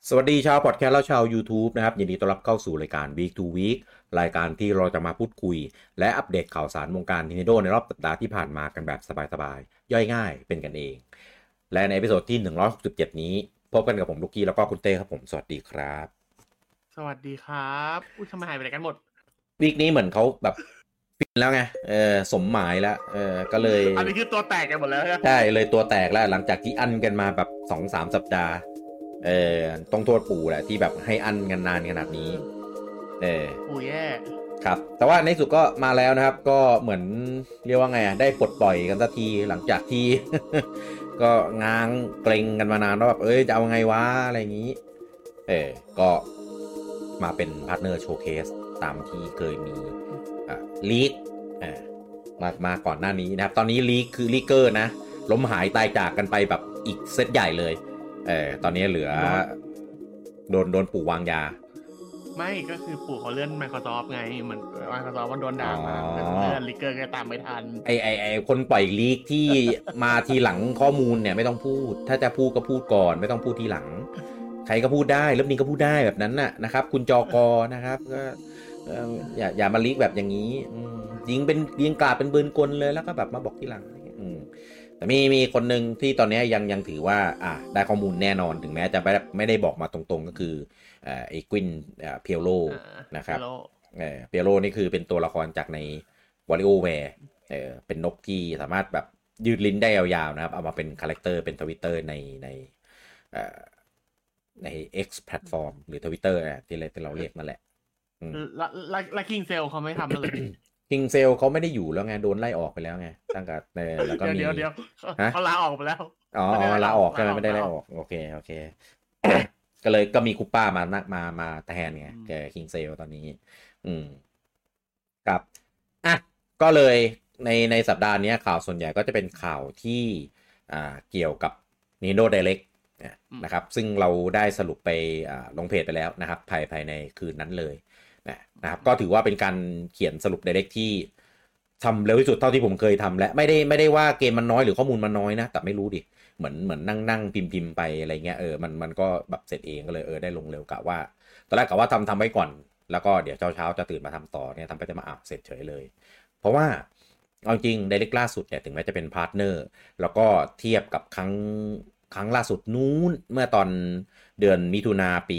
สวัสดีชาวพอดแคสต์และชาว YouTube นะครับยินดีต้อนรับเข้าสู่รายการ Week to Week รายการที่เราจะมาพูดคุยและอัปเดตข่าวสารวงการ Nintendo ในรอบสัปดาห์ที่ผ่านมากันแบบสบายๆย่อยง่ายเป็นกันเองและในเอพิโซดที่167นี้พบกันกับผมลูกกี้แล้วก็คุณเต้ครับผมสวัสดีครับสวัสดีครับอุ้ยทำไมหายไปไหนกันหมดวีคนี้เหมือนเขาแบบฟินแล้วไงสมหมายแล้วก็เลยอันนี้คือตัวแตกกันหมดแล้วใช่ไหมใช่เลยตัวแตกแล้วหลังจากที่อั้นกันมาแบบ2-3สัปดาห์เออต้องโทษปู่แหละที่แบบให้อั้นกันนานขนาดนี้เอออู้แย่ครับแต่ว่าในสุดก็มาแล้วนะครับก็เหมือนเรียกว่าไงได้ปลดปล่อยกันสักทีหลังจากที่ก็ง้างเกรงกันมานานว่าแบบจะเอาไงวะอะไรอย่างนี้ก็มาเป็นพาร์ทเนอร์โชว์เคสตามที่เคยมีลีกมาก่อนหน้านี้นะครับตอนนี้ลีกคือลีกเกอร์นะล้มหายตายจากกันไปแบบอีกเซตใหญ่เลยตอนนี้เหลือโดนโดนปู่วางยาไม่ก็คือปู่เขาเลื่อน Microsoft ไงเหมือน Microsoft มันโดนอ๋ด่าอมาแต่เลื่อนลิเกอร์ก็ตามไม่ทันไอคนปล่อยลีกที่มาทีหลังข้อมูลเนี่ยไม่ต้องพูดถ้าจะพูดก็พูดก่อนไม่ต้องพูดทีหลังใครก็พูดได้เริ่มนี้ก็พูดได้แบบนั้นน่ะนะครับคุณจอกอนะครับก็อย่ามาลีกแบบอย่างนี้ยิงกลาดเป็นปืนกลเลยแล้วก็แบบมาบอกทีหลังแต่มีคนหนึ่งที่ตอนนี้ยังถือว่าได้ข้อมูลแน่นอนถึงแม้จะไม่ได้บอกมาตรงๆก็คือไอ้กวินเพียวโลนะครับแล้วเปียโลนี่คือเป็นตัวละครจากใน WarioWare เป็นนกที่สามารถแบบยืดลิ้นได้ยาวๆนะครับเอามาเป็นคาแรคเตอร์เป็นทวิตเตอร์ในเอ่อใน X แพลตฟอร์มหรือ Twitter ที่เราเรียกนั่นแหละแล้วคิงเซลเขาไม่ทำแล้วเลยคิงเซลเขาไม่ได้อยู่แล้วไงโดนไล่ออกไปแล้วไงตั้งแต่แล้วก็มีเดี๋ยวฮะเขาลาออกไปแล้วอ๋อไม่ได้ไล่ลาออกออกใช่ไหมไม่ได้ไล่ออกโอเคก็มีคูป้ามาแทนไงแกคิงเซลตอนนี้อืม ครับอ่ะก็เลยในสัปดาห์นี้ข่าวส่วนใหญ่ก็จะเป็นข่าวที่เกี่ยวกับ Nintendo Direct นะครับซึ่งเราได้สรุปไปลงเพจไปแล้วนะครับภายในคืนนั้นเลยนะครับก็ถือว่าเป็นการเขียนสรุป Direct ที่ทำเร็วที่สุดเท่าที่ผมเคยทำและไม่ได้ว่าเกมมันน้อยหรือข้อมูลมันน้อยนะแต่ไม่รู้ดิเหมือนนั่งพิมพ์ไปอะไรเงี้ยมันก็แบบเสร็จเองก็เลยได้ลงเร็วกะว่าตอนแรกกะว่าทำไว้ก่อน แล้วก็เดี๋ยวเช้าจะตื่นมาทำต่อเนี่ยทำไปจะมาเสร็จเฉยเลย เพราะว่าเอาจริง Direct ล่าสุดเนี่ยถึงแม้จะเป็นพาร์ทเนอร์แล้วก็เทียบกับครั้งล่าสุดนู้นเมื่อตอนเดือนมิถุนาปี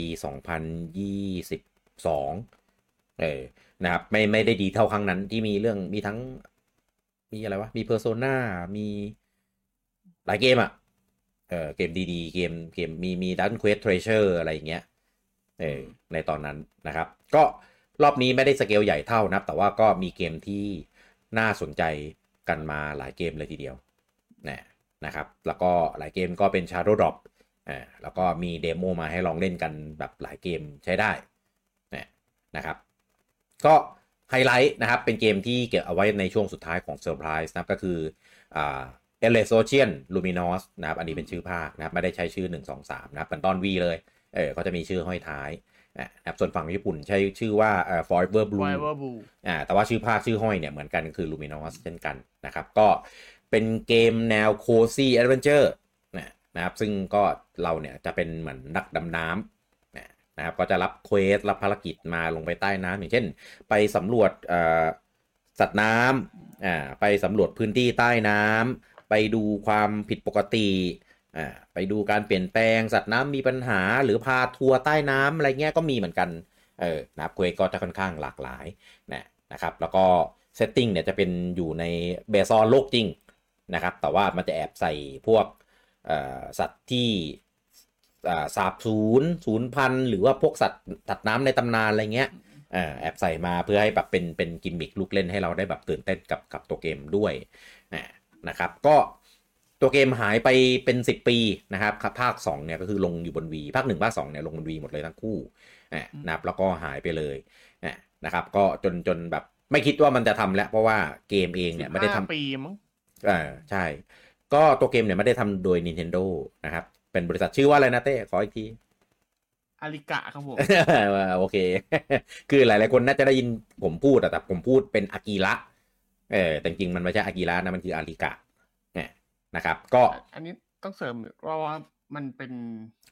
2022เออนะครับไม่ได้ดีเท่าครั้งนั้นที่มีเรื่องมีทั้งมีอะไรวะมีเพอร์โซนามีหลายเกมอ่ะเกมดีๆเกมมีดันเควสเทรเชอร์อะไรอย่างเงี้ยในตอนนั้นนะครับก็รอบนี้ไม่ได้สเกลใหญ่เท่านะแต่ว่าก็มีเกมที่น่าสนใจกันมาหลายเกมเลยทีเดียวนะนะครับแล้วก็หลายเกมก็เป็น Shadow Drop แล้วก็มีเดโมมาให้ลองเล่นกันแบบหลายเกมใช้ได้นะครับก็ไฮไลท์นะครับเป็นเกมที่เก็บเอาไว้ในช่วงสุดท้ายของเซอร์ไพรส์นะครับก็คืออ่า e l e s Ocean Luminous นะครับอันนี้เป็นชื่อภาคนะครับไม่ได้ใช้ชื่อ1 2 3นะครับเป็นตอน V เลยเขาจะมีชื่อห้อยท้ายนะครับส่วนฝั่งญี่ปุ่นใช้ชื่อว่าForever Blue Forever Blue แต่ว่าชื่อภาคชื่อห้อยเนี่ยเหมือนกันคือ Luminous เช่นกันนะครับก็เป็นเกมแนว Cozy Adventure นะครับซึ่งก็เราเนี่ยจะเป็นเหมือนนักดำน้ำนะครับก็จะรับเควสรับภารกิจมาลงไปใต้น้ำอย่างเช่นไปสำรวจสัตว์น้ำไปสำรวจพื้นที่ใต้น้ำไปดูความผิดปกติไปดูการเปลี่ยนแปลงสัตว์น้ำมีปัญหาหรือพาทัวร์ใต้น้ำอะไรเงี้ยก็มีเหมือนกันนะครับเควสก็จะค่อนข้างหลากหลายนะครับแล้วก็เซตติ้งเนี่ยจะเป็นอยู่ในเบซอนโลกจริงนะครับแต่ว่ามันจะแอบใส่พวกสัตว์ที่สาบสูญพันธุ์หรือว่าพวกสัตว์น้ำในตำนานอะไรเงี้ยแอบใส่มาเพื่อให้แบบเป็นกิมมิคลูกเล่นให้เราได้แบบตื่นเต้นกับตัวเกมด้วยนะครับก็ตัวเกมหายไปเป็น10 ปีนะครับภาค2เนี่ยก็คือลงอยู่บน V ภาค1ภาค2เนี่ยลงบน V หมดเลยทั้งคู่นะครับแล้วก็หายไปเลยนะครับก็จนแบบไม่คิดว่ามันจะทำแล้วเพราะว่าเกมเองเนี่ยไม่ได้ท 15 ปีมั้งำใช่ก็ตัวเกมเนี่ยไม่ได้ทำโดย Nintendo นะครับเป็นบริษัทชื่อว่าอะไรนะเต้ขออีกทีอาริกะครับผมโอเคคือหลายๆคนน่าจะได้ยินผมพูดแต่ผมพูดเป็นอากิระแต่จริงๆมันไม่ใช่อากิระนะมันคืออาริกะเนี่ยนะครับก็อันนี้ต้องเสริมเพราะว่ามันเป็น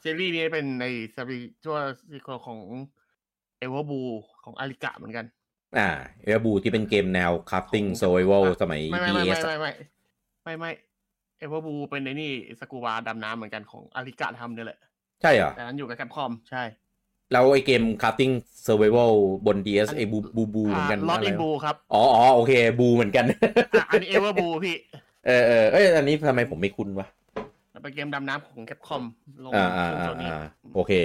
ซีรีส์นี้เป็นในซีรีส์ชั่วซีควอลของเอเวอร์บูของอาริกะเหมือนกันเอลบูที่เป็นเกมแนว crafting survival สมัยไม่ DS ไม่เอเวอร์บูเป็นในนี่สกูบาดำน้ำเหมือนกันของอาริกะทำเนี่ยแหละใช่เหรอแต่นั้นอยู่กับแคปคอมใช่แล้วไอเกม crafting survival บน DS ไอบูเหมือนกันลอตอินบูครับอ๋อโอเคบูเหมือนกันอันนี้เอเวอร์บูพี่อันนี้ทำไมผมไม่คุ้นวะเป็นเกมดำน้ำของแคปคอมลงโซนนี้โอเค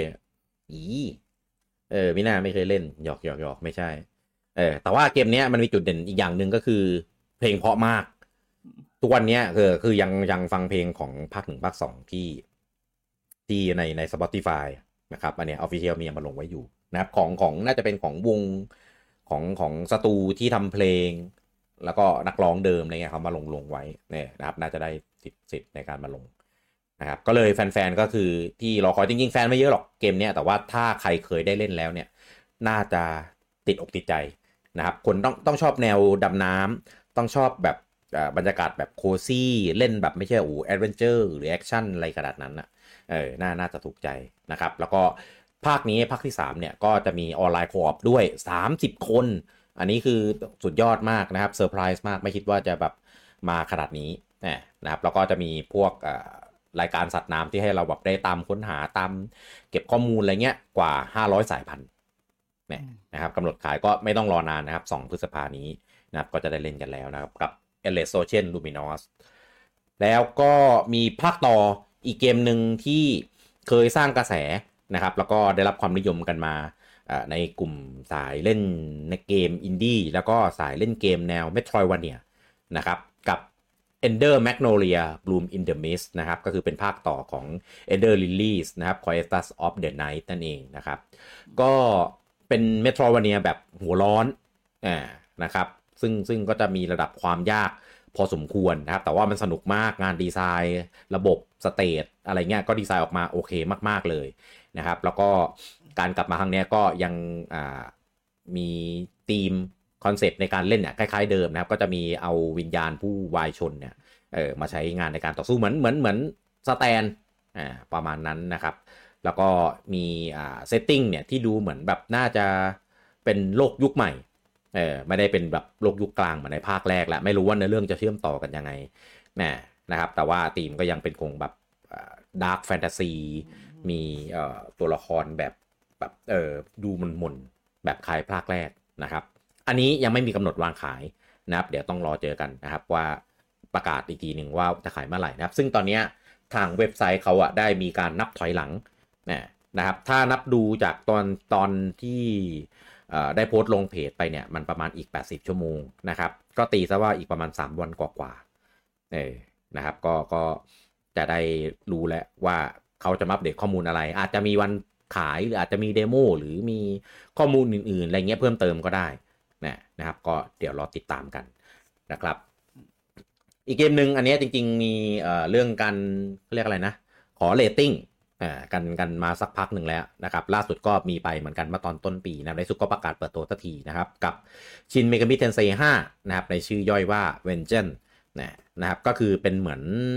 มิน่าไม่เคยเล่นหยอกไม่ใช่แต่ว่าเกมเนี้ยมันมีจุดเด่นอีกอย่างหนึ่งก็คือเพลงเพราะมากทุกวันเนี้ยคือยังฟังเพลงของภาค1ภาค2ที่ใน Spotify นะครับอันเนี้ย Official มีมาลงไว้อยู่นะครับของน่าจะเป็นของวงของสตูที่ทำเพลงแล้วก็นักร้องเดิมอะไรเงี้ยเขามาลงไว้เนี่ยนะครับน่าจะได้สิทธิ์ในการมาลงนะครับก็เลยแฟนๆก็คือที่รอคอยจริงๆแฟนไม่เยอะหรอกเกมเนี้ยแต่ว่าถ้าใครเคยได้เล่นแล้วเนี่ยน่าจะติดอกติดใจนะครับคนต้องชอบแนวดำน้ำต้องชอบแบบบรรยากาศแบบโคซี่เล่นแบบไม่ใช่แอดเวนเจอร์หรือแอคชั่นอะไรขนาดนั้นนะน่าจะถูกใจนะครับแล้วก็ภาคนี้ภาคที่3เนี่ยก็จะมีออนไลน์โคออปด้วย30คนอันนี้คือสุดยอดมากนะครับเซอร์ไพรส์มากไม่คิดว่าจะแบบมาขนาดนี้นะครับแล้วก็จะมีพวกรายการสัตว์น้ำที่ให้เราแบบได้ตามค้นหาตามเก็บข้อมูลอะไรเงี้ยกว่า500สายพันธุ์นะครับกำหนดขายก็ไม่ต้องรอนานนะครับ2พฤษภานี้นะครับก็จะได้เล่นกันแล้วนะครับกับ Endless Ocean Luminous แล้วก็มีภาคต่ออีกเกมหนึ่งที่เคยสร้างกระแสนะครับแล้วก็ได้รับความนิยมกันมาในกลุ่มสายเล่นในเกมอินดี้แล้วก็สายเล่นเกมแนว Metroidvania นะครับกับ Ender Magnolia Bloom in the Mist นะครับก็คือเป็นภาคต่อของ Ender Lilies นะครับ Quietus of the Night นั่นเองนะครับก็เป็น Metroidvania แบบหัวร้อนนะครับซึ่งก็จะมีระดับความยากพอสมควรนะครับแต่ว่ามันสนุกมากงานดีไซน์ระบบสเตจอะไรเงี้ยก็ดีไซน์ออกมาโอเคมากๆเลยนะครับแล้วก็การกลับมาครั้งนี้ก็ยังมีธีมคอนเซปต์ในการเล่นเนี่ยคล้ายๆเดิมนะครับก็จะมีเอาวิญญาณผู้วายชนเนี่ยมาใช้งานในการต่อสู้เหมือนสแตนประมาณนั้นนะครับแล้วก็มีเซตติ้งเนี่ยที่ดูเหมือนแบบน่าจะเป็นโลกยุคใหม่ไม่ได้เป็นแบบโลกยุคกลางเหมือนในภาคแรกแล้วไม่รู้ว่าเนื้อเรื่องจะเชื่อมต่อกันยังไงนะครับแต่ว่าธีมก็ยังเป็นคงแบบดาร์คแฟนตาซีมีตัวละครแบบดูมนแบบคล้ายภาคแรกนะครับอันนี้ยังไม่มีกำหนดวางขายนะครับเดี๋ยวต้องรอเจอกันนะครับว่าประกาศอีกทีหนึ่งว่าจะขายเมื่อไหร่นะครับซึ่งตอนนี้ทางเว็บไซต์เขาได้มีการนับถอยหลังนะครับถ้านับดูจากตอนที่ได้โพสต์ลงเพจไปเนี่ยมันประมาณอีก80ชั่วโมงนะครับก็ตีซะว่าอีกประมาณ3วันกว่านะครับก็จะได้รู้แล้วว่าเขาจะมาอัปเดตข้อมูลอะไรอาจจะมีวันขายหรืออาจจะมีเดโมหรือมีข้อมูลอื่นๆอะไรเงี้ยเพิ่มเติมก็ได้นะครับก็เดี๋ยวรอติดตามกันนะครับอีกเกมหนึ่งอันนี้จริงๆมีเรื่องการเรียกอะไรนะขอเรตติ้งกันมาสักพักหนึ่งแล้วนะครับล่าสุดก็มีไปเหมือนกันเมื่อตอนต้นปีนะในสุดก็ประกาศเปิดตัวทันทีนะครับกับชินเมกามิเทนเซ5นะครับในชื่อย่อยว่า Vengeance นะครับก็คือเป็นเหมือน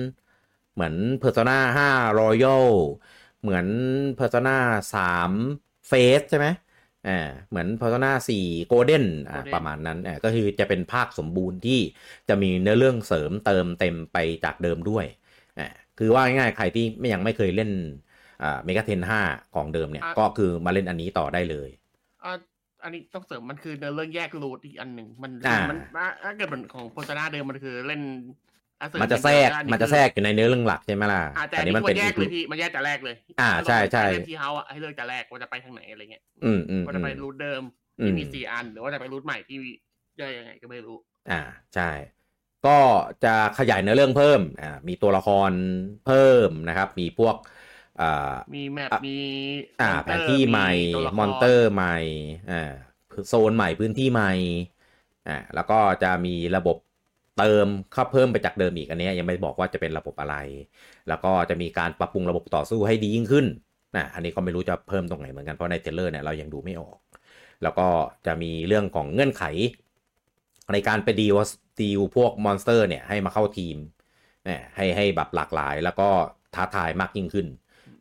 Persona 5 Royal เหมือน Persona 3 Face ใช่ไหมเหมือน Persona 4 Golden ประมาณนั้นก็คือจะเป็นภาคสมบูรณ์ที่จะมีเนื้อเรื่องเสริมเติมเต็มไปจากเดิมด้วยคือว่าง่ายๆใครที่ยังไม่เคยเล่นเมกาเทน5ของเดิมเนี่ยก็คือมาเล่นอันนี้ต่อได้เลยอันนี้ต้องเสริมมันคือเนื้อเรื่องแยกรูทอีกอันหนึ่งมันถ้าเกิดมันของโฆษณาเดิมมันคือเล่นมันจะแทรกอยู่ในเนื้อเรื่องหลักใช่ไหมล่ะแต่นี้มันแยกเลยพี่มันแยกแต่แรกเลยใช่เล่นที่เฮาให้เลือกแต่แรกว่าจะไปทางไหนอะไรเงี้ยว่าจะไปรูทเดิมที่มี4อันหรือว่าจะไปรูทใหม่ที่ย่อยยังไงก็ไม่รู้ใช่ก็จะขยายเนื้อเรื่องเพิ่มมีตัวละครเพิ่มนะครับมีพวกมีแมปมีแผนที่ใหม่มอนเตอร์ใหม่โซนใหม่พื้นที่ใหม่แล้วก็จะมีระบบเติมเข้าเพิ่มไปจากเดิมอีกอันนี้ยังไม่บอกว่าจะเป็นระบบอะไรแล้วก็จะมีการปรับปรุงระบบต่อสู้ให้ดียิ่งขึ้นอันนี้ก็ไม่รู้จะเพิ่มตรงไหนเหมือนกันเพราะในเทรลเลอร์เนี่ยเรายังดูไม่ออกแล้วก็จะมีเรื่องของเงื่อนไขในการไปดีลพวกมอนสเตอร์เนี่ยให้มาเข้าทีมให้แบบหลากหลายแล้วก็ท้าทายมากยิ่งขึ้น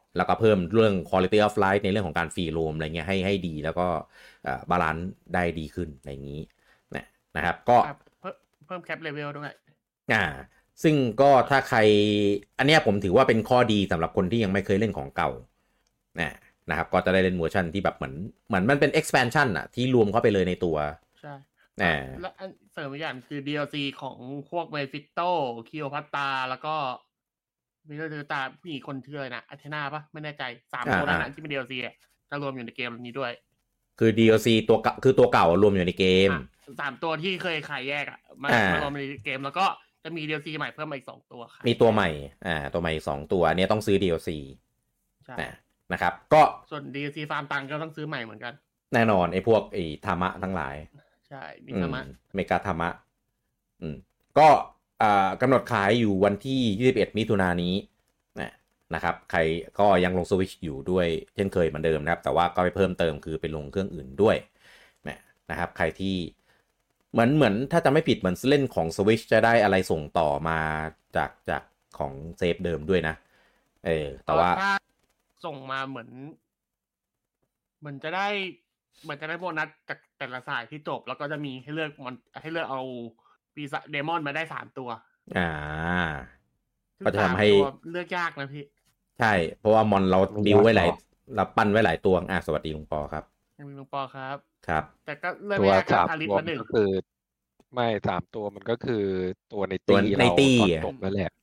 แล้วก็เพิ่มเรื่อง quality of life ในเรื่องของการฟรีโรมอะไรเงี้ยให้ดีแล้วก็บาลานซ์ได้ดีขึ้นอะไรอย่างนี้นะครับก็เพิ่มแคปเลเวลด้วยซึ่งก็ถ้าใครอันเนี้ยผมถือว่าเป็นข้อดีสำหรับคนที่ยังไม่เคยเล่นของเก่านะครับก็จะได้เล่นเวอร์ชันที่แบบเหมือนมันเป็น expansion อะที่รวมเข้าไปเลยในตัวใช่แล้วเสริมอีกอย่างคือ DLC ของพวกเมฟิโตคิโอพัตตาแล้วก็มีเรื่องตาผู้หญิงคนชื่ออะไรนะอาเทนาปะไม่แน่ใจ3ตัวนั้นที่เป็น DLC อ่ะจะรวมอยู่ในเกมนี้ด้วยคือ DLC ตัวเก่ารวมอยู่ในเกม 3ตัวที่เคยขายแยกอ่ะมารวมในเกมแล้วก็จะมี DLC ใหม่เพิ่มมาอีก2ตัวมีตัวใหม่ตัวใหม่2ตัวอันนี้ต้องซื้อ DLC ใช่นะครับก็ส่วน DLC ฟาร์มตังก็ต้องซื้อใหม่เหมือนกันแน่นอนไอ้พวกไอ้ธรรมะทั้งหลายใช่มีธรรมะเมกาธรรมะก็กำหนดขายอยู่วันที่21มิถุนายนนี้นะครับใครก็ยังลง Switch อยู่ด้วยเช่นเคยเหมือนเดิมนะครับแต่ว่าก็ไปเพิ่มเติมคือไปลงเครื่องอื่นด้วยนะครับใครที่เหมือนถ้าจะไม่ผิดเหมือนเล่นของ Switch จะได้อะไรส่งต่อมาจากของเซฟเดิมด้วยนะแต่ว่าส่งมาเหมือนจะได้โบนัสจากแต่ละสายที่จบแล้วก็จะมีให้เลือกเอาปีศาจเดมอนมาได้3ตัวก็จะทำให้เลือกยากนะพี่ใช่เพราะว่ามอนเราบิวไว้หลายเราปั้นไว้หลายตัวสวัสดีลุงปอครับลุงปอครับครับแต่ก็เลือกไม่ยากครับอาริสมา 1ก็คือไม่3ตัวมันก็คือตัวในตี้เราตอนจบนั่นแหละ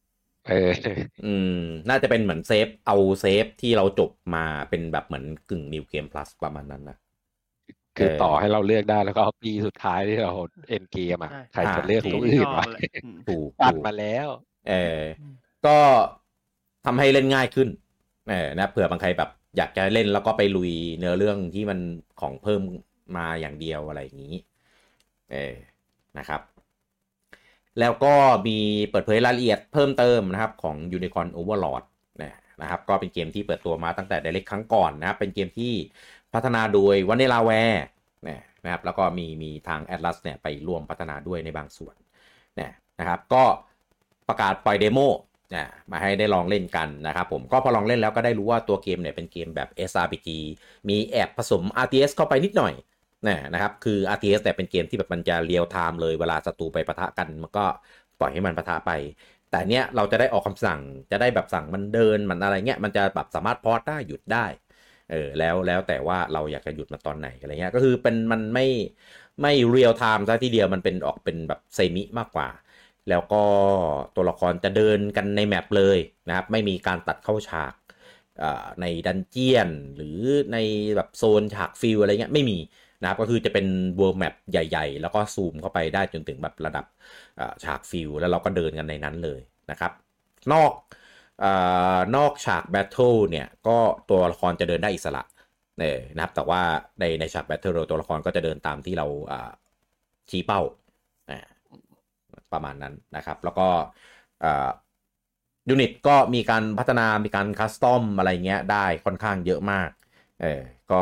น่าจะเป็นเหมือนเซฟที่เราจบมาเป็นแบบเหมือนกึ่ง New Game Plus ประมาณนั้นนะคือต่อให้เราเลือกได้แล้วก็เอาปีสุดท้ายที่เราเอ็นเกมใครจะเลือกตัวอื่นวะถูกตัดมาแล้วก็ทำให้เล่นง่ายขึ้นนะเผื่อบางใครแบบอยากจะเล่นแล้วก็ไปลุยเนื้อเรื่องที่มันของเพิ่มมาอย่างเดียวอะไรอย่างนี้นะครับแล้วก็มีเปิดเผยรายละเอียดเพิ่มเติมนะครับของ Unicorn Overlord นะครับก็เป็นเกมที่เปิดตัวมาตั้งแต่ Direct ครั้งก่อนนะครับเป็นเกมที่พัฒนาโดย Vanillaware นะครับแล้วก็มีทาง Atlas เนี่ยไปร่วมพัฒนาด้วยในบางส่วนนะครับก็ประกาศปล่อยเดโมมาให้ได้ลองเล่นกันนะครับผมก็พอลองเล่นแล้วก็ได้รู้ว่าตัวเกมเนี่ยเป็นเกมแบบ SRPG มีแอบผสม RTS เข้าไปนิดหน่อยนะครับคือ RTS แต่เป็นเกมที่แบบมันจะเรียลไทม์เลยเวลาศัตรูไปปะทะกันมันก็ปล่อยให้มันปะทะไปแต่เนี้ยเราจะได้ออกคำสั่งจะได้แบบสั่งมันเดินมันอะไรเงี้ยมันจะแบบสามารถพอสได้หยุดได้แล้วแต่ว่าเราอยากจะหยุดมันตอนไหนอะไรเงี้ยก็คือเป็นมันไม่เรียลไทม์ซะทีเดียวมันเป็นออกเป็นแบบเซมิมากกว่าแล้วก็ตัวละครจะเดินกันในแมปเลยนะครับไม่มีการตัดเข้าฉากในดันเจียนหรือในแบบโซนฉากฟิลอะไรเงี้ยไม่มีนะครับก็คือจะเป็น world map ใหญ่ๆแล้วก็ซูมเข้าไปได้จนถึงแบบระดับฉากฟิลแล้วเราก็เดินกันในนั้นเลยนะครับนอกฉากแบทเทิลเนี่ยก็ตัวละครจะเดินได้อิสระนะครับแต่ว่าในฉากแบทเทิลตัวละครก็จะเดินตามที่เราชี้เป้าประมาณนั้นนะครับแล้วก็ยูนิตก็มีการพัฒนามีการคัสตอมอะไรเงี้ยได้ค่อนข้างเยอะมากก็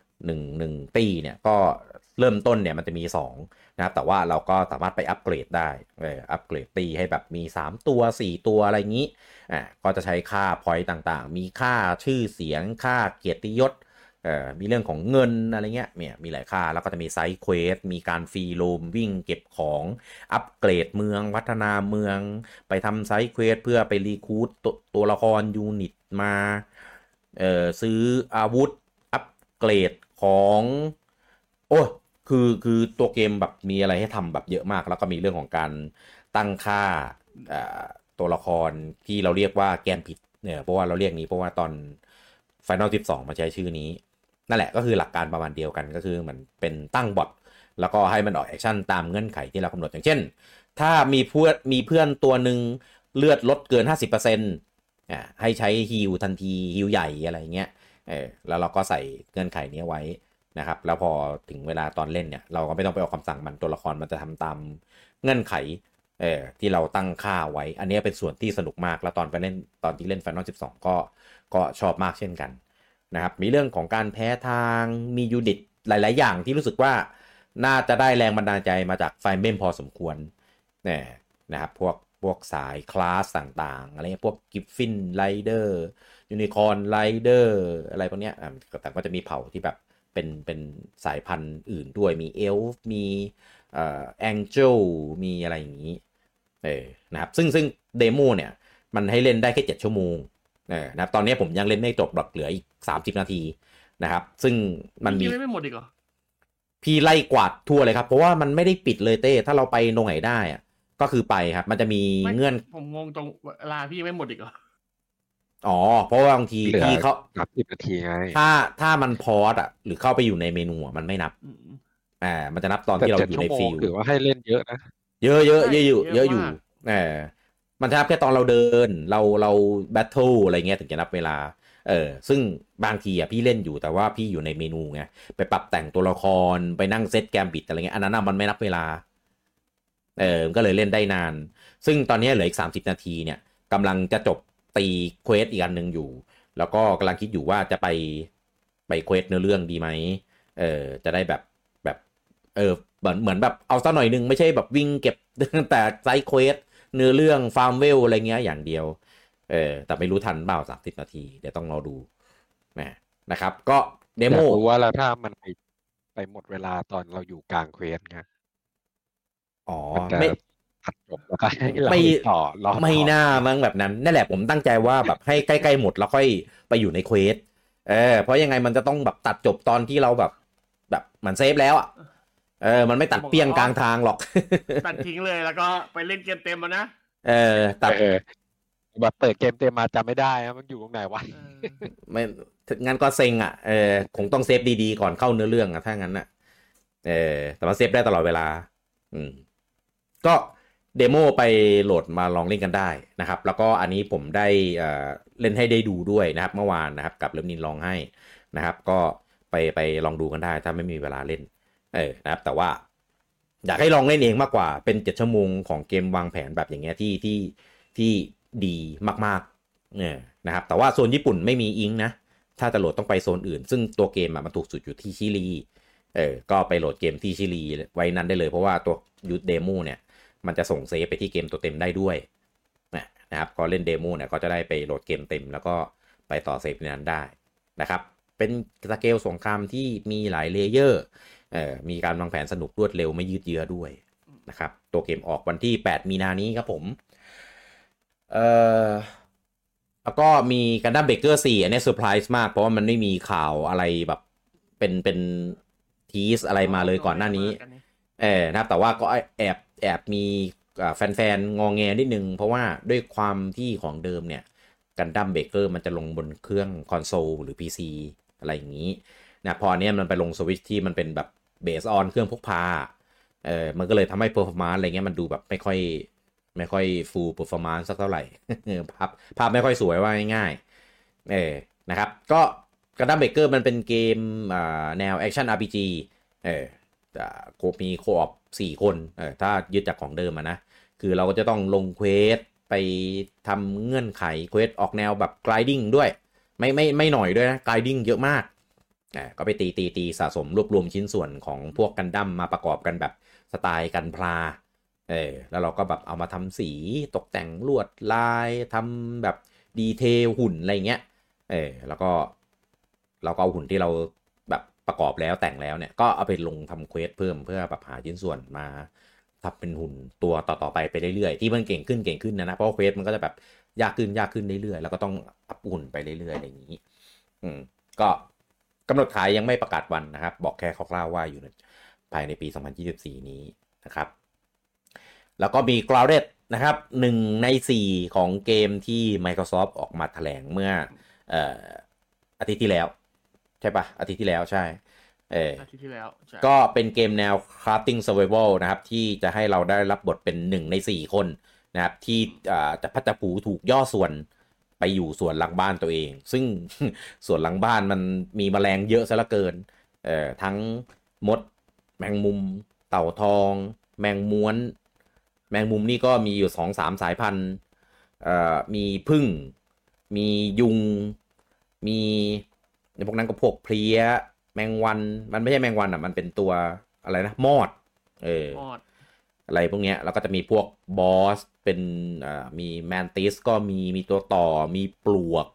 1ตี้เนี่ยก็เริ่มต้นเนี่ยมันจะมี2นะครับแต่ว่าเราก็สามารถไปอัปเกรดได้อัปเกรดตี้ให้แบบมี3ตัว4ตัวอะไรอย่างนี้ก็จะใช้ค่าพอยต์ต่างๆมีค่าชื่อเสียงค่าเกียรติยศมีเรื่องของเงินอะไรเงี้ยมีหลายค่าแล้วก็จะมีไซด์เควสมีการฟรีโรมวิ่งเก็บของอัปเกรดเมืองพัฒนาเมืองไปทำไซด์เควสเพื่อไปรีคูดตัวละครยูนิตมาซื้ออาวุธอัปเกรดของโอ้คือตัวเกมแบบมีอะไรให้ทำแบบเยอะมากแล้วก็มีเรื่องของการตั้งค่าตัวละครที่เราเรียกว่าแกนผิดเนี่ยเพราะว่าเราเรียกนี้เพราะว่าตอน Final 12มาใช้ชื่อนี้นั่นแหละก็คือหลักการประมาณเดียวกันก็คือเหมือนเป็นตั้งบอทแล้วก็ให้มันออกแอคชั่นตามเงื่อนไขที่เรากำหนดอย่างเช่นถ้ามีเพื่อนตัวหนึ่งเลือดลดเกิน 50% ให้ใช้ฮีลทันทีฮีลใหญ่อะไรเงี้ยแล้วเราก็ใส่เงื่อนไขนี้ไว้นะครับแล้วพอถึงเวลาตอนเล่นเนี่ยเราก็ไม่ต้องไปออกคำสั่งมันตัวละครมันจะทำตามเงื่อนไขที่เราตั้งค่าไว้อันนี้เป็นส่วนที่สนุกมากแล้วตอนที่เล่น Final 12ก็ชอบมากเช่นกันนะครับมีเรื่องของการแพ้ทางมียูนิตหลายๆอย่างที่รู้สึกว่าน่าจะได้แรงบันดาลใจมาจากไฟเมมพอสมควรนะครับพวกสายคลาสต่างๆอะไรพวกกิฟฟินไรเดอร์ยูนิคอร์นไรเดอร์อะไรพวกเนี้ยแต่ก็จะมีเผ่าที่แบบเป็นสายพันธุ์อื่นด้วยมีเอลฟ์มีแองเจิลมีอะไรอย่างนี้นะครับซึ่งเดโมเนี่ยมันให้เล่นได้แค่7ชั่วโมงนะครับตอนนี้ผมยังเล่นไม่จบหรอกเหลืออีก30นาทีนะครับซึ่งมันมีไม่หมดอีกเหรอพี่ไล่กวาดทั่วเลยครับเพราะว่ามันไม่ได้ปิดเลยเต้ถ้าเราไปตรงไหนได้อะก็คือไปครับมันจะมีเงื่อนผมงงตรงเวลาพี่ไม่หมดอีกเหรออ๋อเพราะว่าบางทีพี่เขานับ10 นาทีไงถ้ามันพอสอ่ะหรือเข้าไปอยู่ในเมนูมันไม่นับมันจะนับตอนที่เราอยู่ในฟิลถือว่าให้เล่นเยอะนะเยอะอยู่มันจะนับแค่ตอนเราเดินเราแบทเทิลอะไรเงี้ยถึงจะนับเวลาซึ่งบางทีอ่ะพี่เล่นอยู่แต่ว่าพี่อยู่ในเมนูไงไปปรับแต่งตัวละครไปนั่งเซตแกมบิดอะไรเงี้ยอันนั้นมันไม่นับเวลามันก็เลยเล่นได้นานซึ่งตอนนี้เหลืออีก30นาทีเนี่ยกำลังจะจบตีเควสอีกอันหนึ่งอยู่แล้วก็กำลังคิดอยู่ว่าจะไปเควสเนื้อเรื่องดีไหมจะได้แบบเหมือนแบบเอาซะหน่อยนึงไม่ใช่แบบวิ่งเก็บแต่ไซด์เควสเนื้อเรื่องฟาร์มเวลอะไรเงี้ยอย่างเดียวแต่ไม่รู้ทันเปล่า30นาทีเดี๋ยวต้องรอดูนะครับก็เดโมรู้ว่าแล้วถ้ามันไปหมดเวลาตอนเราอยู่กลางเควสไงอ๋อไม่ตัดจบแล้วก็ให้เราต่อรอไม่น่ามั้งแบบนั้นนั่นแหละผมตั้งใจว่าแบบให้ใกล้ๆหมดแล้วค่อยไปอยู่ในเควสเพราะยังไงมันจะต้องแบบตัดจบตอนที่เราแบบมันเซฟแล้วอ่ะมันไม่ตัดเปี้ยงกลางทางหรอกตัดทิ้งเลยแล้วก็ไปเล่นเกมเต็มมานะตัดแบบเปิดเกมเต็มมาจำไม่ได้มันอยู่ตรงไหนวะไม่งั้นก็เซ็งอ่ะคงต้องเซฟดีๆก่อนเข้าเนื้อเรื่องอ่ะถ้างั้นอ่ะแต่ว่าเซฟได้ตลอดเวลาก็เดโมไปโหลดมาลองเล่นกันได้นะครับแล้วก็อันนี้ผมได้เล่นให้ได้ดูด้วยนะครับเมื่อวานนะครับกับเลิฟนินลองให้นะครับก็ไปลองดูกันได้ถ้าไม่มีเวลาเล่นนะครับแต่ว่าอยากให้ลองเล่นเองมากกว่าเป็น7ชั่วโมงของเกมวางแผนแบบอย่างเงี้ยที่ดีมากๆเนี่ยนะครับแต่ว่าโซนญี่ปุ่นไม่มีอิงนะถ้าจะโหลดต้องไปโซนอื่นซึ่งตัวเกมมันถูกสุดอยู่ที่ชิลีก็ไปโหลดเกมที่ชิลีไว้นั้นได้เลยเพราะว่าตัวยูทเดโมเนี่ยมันจะส่งเซฟไปที่เกมตัวเต็มได้ด้วยนะครับก็เล่นเดโมเนี่ยก็จะได้ไปโหลดเกมเต็มแล้วก็ไปต่อเซฟนั้นได้นะครับเป็นสเกลสงครามที่มีหลายเลเยอร์มีการวางแผนสนุกรวดเร็วไม่ยืดเยื้อด้วยนะครับตัวเกมออกวันที่8มีนานี้ครับผมแล้วก็มีกันดั้มเบเกอร์4อันนี้เซอร์ไพรส์มากเพราะว่ามันไม่มีข่าวอะไรแบบเป็นทีสอะไรมาเลยก่อนหน้านี้นะครับแต่ว่าก็แอบมีแฟนๆงอแงนิดนึงเพราะว่าด้วยความที่ของเดิมเนี่ยกันดั้มเบเกอร์มันจะลงบนเครื่องคอนโซลหรือ PC อะไรอย่างนี้นะพอเนี้ยมันไปลงสวิตช์ที่มันเป็นแบบเบสออนเครื่องพกพามันก็เลยทำให้เพอร์ฟอร์มานซ์อะไรเงี้ยมันดูแบบไม่ค่อยฟูลเพอร์ฟอร์มานซ์สักเท่าไหร่ ภาพไม่ค่อยสวยว่าง่ายๆนะครับก็กันดั้มเบเกอร์มันเป็นเกมแนวแอคชั่น RPG มีโคออป4คนถ้ายึดจากของเดิมนะคือเราก็จะต้องลงเควสไปทำเงื่อนไขเควสออกแนวแบบ grinding ด้วยไม่หน่อยด้วยนะ grinding เยอะมากก็ไปตีสะสมรวบรวมชิ้นส่วนของพวกกันดั้มมาประกอบกันแบบสไตล์กันพลาแล้วเราก็แบบเอามาทำสีตกแต่งลวดลายทำแบบดีเทลหุ่นอะไรเงี้ยแล้วก็เราก็เอาหุ่นที่เราแบบประกอบแล้วแต่งแล้วเนี่ยก็เอาไปลงทำเควสเพิ่มเพื่อแบบหาชิ้นส่วนมาทำเป็นหุ่นตัวต่อไปเรื่อยๆที่มันเก่งขึ้นนะเพราะเควสมันก็จะแบบยากขึ้นเรื่อยๆแล้วก็ต้องอัพหุ่นไปเรื่อยๆอะไรอย่างนี้ก็กำหนดขายยังไม่ประกาศวันนะครับบอกแค่คร่าวๆว่าอยู่ภายในปี2024นี้นะครับแล้วก็มี Grounded นะครับ1ใน4ของเกมที่ Microsoft ออกมาแถลงเมื่ออาทิตย์ที่แล้วใช่ปะอาทิตย์ที่แล้วใช่อาทิตย์ที่แล้วก็เป็นเกมแนว Crafting Survival นะครับที่จะให้เราได้รับบทเป็น1ใน4คนนะครับที่จะพัฒผูถูกย่อส่วนไปอยู่ส่วนหลังบ้านตัวเองซึ่ง ส่วนหลังบ้านมันมีแมลงเยอะซะเหลือเกินทั้งมดแมงมุมเต่าทองแมงม้วนแมงมุมนี่ก็มีอยู่ 2-3 สายพันธุ์มีผึ้งมียุงมีในพวกนั้นก็พวกเพลี้ยแมงวันมันไม่ใช่แมงวันอ่ะมันเป็นตัวอะไรนะมอดมอดอะไรพวกเนี้ยแล้วก็จะมีพวกบอสเป็นมีแมนติสก็มีตัวต่อมีปลวก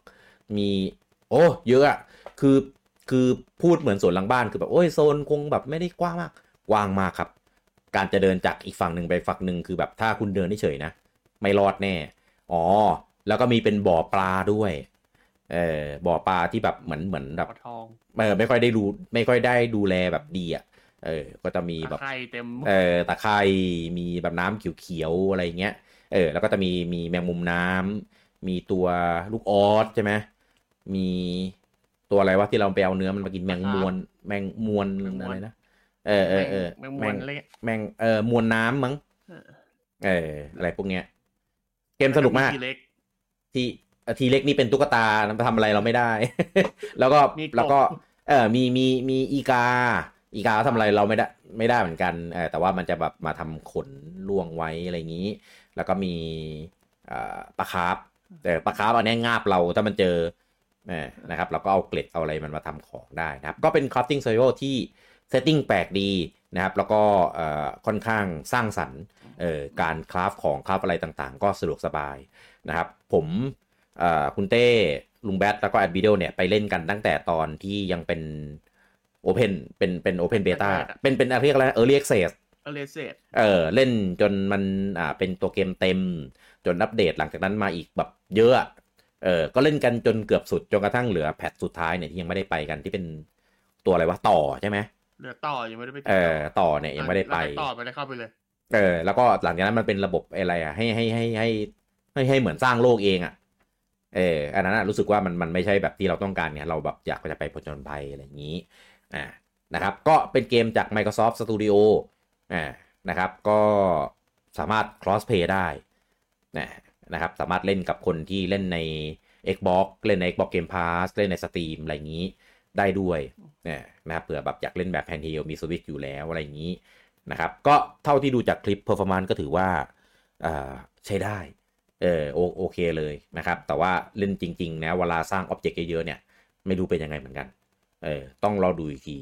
มีโอ้เยอะอะคือพูดเหมือนสวนหลังบ้านคือแบบโอ้ยโซนคงแบบไม่ได้กว้างมากกว้างมากครับการจะเดินจากอีกฝั่งหนึ่งไปฝั่งหนึ่งคือแบบถ้าคุณเดินเฉยๆนะไม่รอดแน่อ๋อแล้วก็มีเป็นบ่อปลาด้วยบ่อปลาที่แบบเหมือนแบบทองไม่ค่อยได้ดูแลแบบดีอ่ะก็จะมีแบบตะไคร่เต็มตะไคร่มีแบบน้ำเขียวๆอะไรเงี้ยแล้วก็จะมีแมงมุมน้ำมีตัวลูกออสใช่ไหมมีตัวอะไรวะที่เราไปเอาเนื้อมันมากินแมงมวนอะไรนะแมงมวนแมงมวนน้ำมั้งอะไรพวกเนี้ยเกมสนุกมากทีเล็กนี่เป็นตุ๊กตาทำอะไรเราไม่ได้ แล้วก็มีอีกาทำอะไรเราไม่ได้เหมือนกันแต่ว่ามันจะแบบมาทำขนล่วงไว้อะไรอย่างนี้แล้วก็มีปลาคาร์ฟแต่ปลาคาร์ฟอันนี้งาบเราถ้ามันเจอนะครับเราก็เอาเกล็ดเอาอะไรมันมาทำของได้นะครับก็เป็น crafting survival ที่เซตติ้งแปลกดีนะครับแล้วก็ค่อนข้างสร้างสรรค์การคราฟของคราฟอะไรต่างๆก็สะดวกสบายนะครับผมคุณเต้ลุงแบทแล้วก็แอดวิดีโอเนี่ยไปเล่นกันตั้งแต่ตอนที่ยังเป็นโอเพนเป็นโอเพนเบต้าเป็นอะไรเรียกอะไรEarly Access เล่นจนมันเป็นตัวเกมเต็มจนอัปเดตหลังจากนั้นมาอีกแบบเยอะก็เล่นกันจนเกือบสุดจนกระทั่งเหลือแพทสุดท้ายเนี่ยที่ยังไม่ได้ไปกันที่เป็นตัวอะไรวะต่อใช่ไหมเหลือต่อยังไม่ได้ไปต่อเนี่ยยังไม่ได้ไปต่อไม่ได้เข้าไปเลยแล้วก็หลังจากนั้นมันเป็นระบบอะไรให้เหมือนสร้างโลกเองอันนั้นรู้สึกว่ามันไม่ใช่แบบที่เราต้องการไงเราแบบอยากจะไปผจญภัยอะไรอย่างนี้นะครับก็เป็นเกมจาก Microsoft Studio นะครับก็สามารถ cross play ได้นะครับสามารถเล่นกับคนที่เล่นใน Xbox เล่นใน Xbox Game Pass เล่นใน Steam อะไรอย่างนี้ได้ด้วยนะครับเผื่อแบบอยากเล่นแบบ handheld มี Switch อยู่แล้วอะไรอย่างนี้นะครับก็เท่าที่ดูจากคลิป performance ก็ถือว่าใช้ได้โอเคเลยนะครับแต่ว่าเล่นจริงๆนะเวลาสร้าง object เยอะๆเนี่ยไม่รู้เป็นยังไงเหมือนกันต้องรอดูอีกที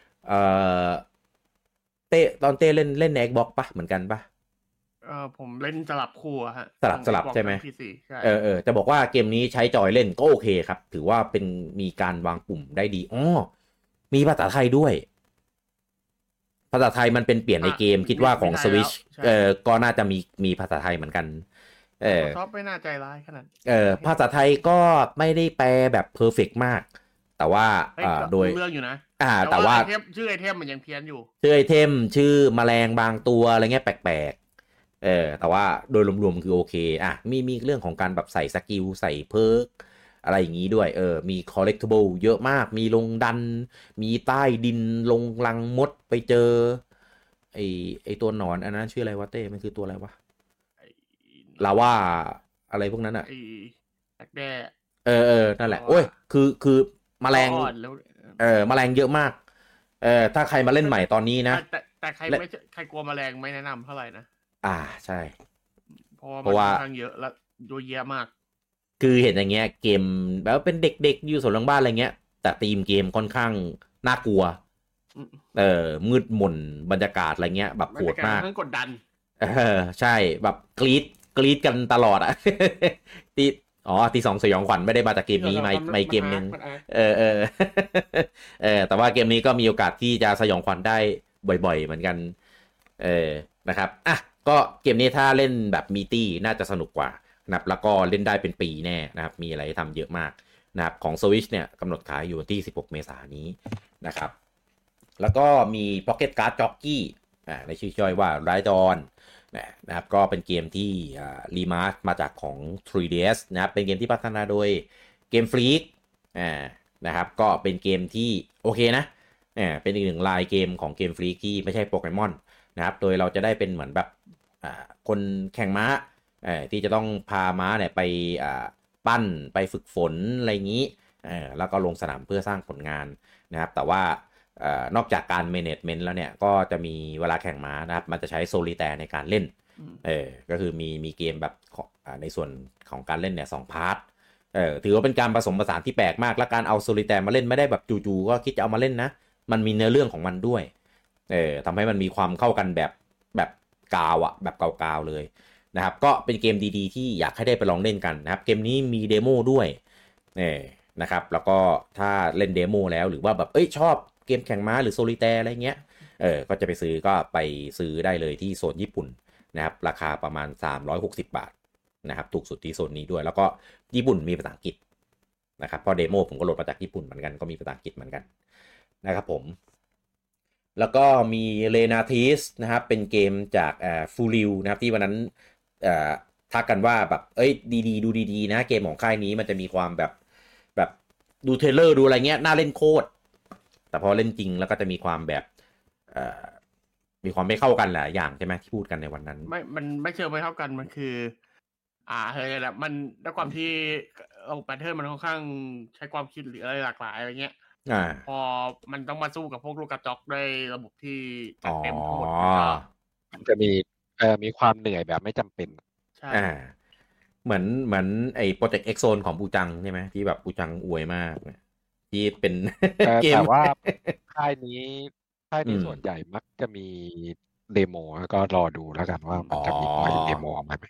ตอนเต้เล่นใน Xbox ปะเหมือนกันปะผมเล่นสลับคู่ฮะสลับใช่ไหมจะบอกว่าเกมนี้ใช้จอยเล่นก็โอเคครับถือว่าเป็นมีการวางปุ่มได้ดีมีภาษาไทยด้วยภาษาไทยมันเป็นเปลี่ยนในเกมคิดว่าของ Switch ก็น่าจะมีภาษาไทยเหมือนกันชอบไม่น่าใจร้ายขนาดภาษาไทยก็ไม่ได้แปลแบบเพอร์เฟกต์มากแต่ว่าโดยเรื่องอยู่นะแต่ว่าชื่อไอเทมมันยังเพี้ยนอยู่ชื่อไอเทมชื่อแมลงบางตัวอะไรเงี้ยแปลกๆแต่ว่าโดยรวมๆคือโอเคมีเรื่องของการแบบใส่สกิลใส่เพิร์กอะไรอย่างนี้ด้วยมี collectible เยอะมากมีลงดันมีใต้ดินลงรังมดไปเจอไอตัวหนอนอันนั้นชื่ออะไรวะเต้มันคือตัวอะไรวะลาว่าอะไรพวกนั้นแด้นั่นแหละโอ้ยคือแมลงแมลงเยอะมากถ้าใครมาเล่นใหม่ตอนนี้นะแต่ใครกลัวแมลงไม่แนะนำเท่าไหร่นะใช่เพราะว่าค่อนข้างเยอะและโดยเยอะมากคือเห็นอย่างเงี้ยเกมแบบเป็นเด็กๆอยู่สวนหลังบ้านอะไรเงี้ยแต่ธีมเกมค่อนข้างน่ากลัวมืดมนบรรยากาศอะไรเงี้ยแบบโหดมากกดดันใช่แบบกรี๊ดกันตลอดที่2สยองขวัญไม่ได้มาจากเกมนี้มาเกมนึงแต่ว่าเกมนี้ก็มีโอกาสที่จะสยองขวัญได้บ่อยๆเหมือนกันนะครับก็เกมนี้ถ้าเล่นแบบมีตี้น่าจะสนุกกว่านะครับแล้วก็เล่นได้เป็นปีแน่นะครับมีอะไรทำเยอะมากนะครับของ Switch เนี่ยกำหนดขายอยู่ที่16เมษายนนี้นะครับแล้วก็มี Pocket Card Jockey ในชื่อย่อยว่า Ride On นะครับก็เป็นเกมที่รีมาสมาจากของ 3DS นะครับเป็นเกมที่พัฒนาโดย Game Freak นะครับก็เป็นเกมที่โอเคนะเป็นอีกหนึ่งลายเกมของ Game Freak ที่ไม่ใช่โปเกมอนนะครับโดยเราจะได้เป็นเหมือนแบบคนแข่งม้าที่จะต้องพาม้าเนี่ยไปปั้นไปฝึกฝนอะไรอย่างนี้แล้วก็ลงสนามเพื่อสร้างผลงานนะครับแต่ว่านอกจากการเมเนจเมนต์แล้วเนี่ยก็จะมีเวลาแข่งม้านะครับมันจะใช้โซลิแตร์ในการเล่นก็คือมีเกมแบบในส่วนของการเล่นเนี่ย2พาร์ทถือว่าเป็นการผสมผสานที่แปลกมากและการเอาโซลิแตร์มาเล่นไม่ได้แบบจู่ๆก็คิดจะเอามาเล่นนะมันมีเนื้อเรื่องของมันด้วยทำให้มันมีความเข้ากันแบบกาวแบบกาวๆเลยนะครับก็เป็นเกมดีๆที่อยากให้ได้ไปลองเล่นกันนะครับเกมนี้มีเดโมด้วยนะครับแล้วก็ถ้าเล่นเดโมแล้วหรือว่าแบบชอบเกมแข่งม้าหรือโซลิแตร์อะไรเงี้ยก็จะไปซื้อได้เลยที่โซนญี่ปุ่นนะครับราคาประมาณ360 บาทนะครับถูกสุดที่โซนนี้ด้วยแล้วก็ญี่ปุ่นมีภาษาอังกฤษนะครับพอเดโมผมก็โหลดมาจากญี่ปุ่นเหมือนกันก็มีภาษาอังกฤษเหมือนกันนะครับผมแล้วก็มีเลนาทิสนะครับเป็นเกมจากฟูริวนะครับที่วันนั้นทักกันว่าแบบดีๆดูดีๆนะเกมของค่ายนี้มันจะมีความแบบดูเทรลเลอร์ดูอะไรเงี้ยน่าเล่นโคตรแต่พอเล่นจริงแล้วก็จะมีความแบบมีความไม่เข้ากันหลายอย่างใช่ไหมที่พูดกันในวันนั้นมันไม่เชิงไม่เข้ากันมันคือเฮ้ยแหละมันด้วยความที่แพทเทิร์นมันค่อนข้างใช้ความคิดหรืออะไรหลากหลายอะไรเงี้ยพอมันต้องมาสู้กับพวกลูกกระจอกด้วยระบบที่จัดเต็มทั้งหมดมันจะมีความเหนื่อยแบบไม่จำเป็นใช่เหมือนไอ้โปรเจกต์เอ็กโซนของปูจังใช่ไหมที่แบบปูจังอวยมากที่เป็นเกมแต่ว่าค่ายนี้ส่วนใหญ่มักจะมีเดโมแล้วก็รอดูแล้วกันว่ามันจะมีปล่อยเดโมออกมาไหม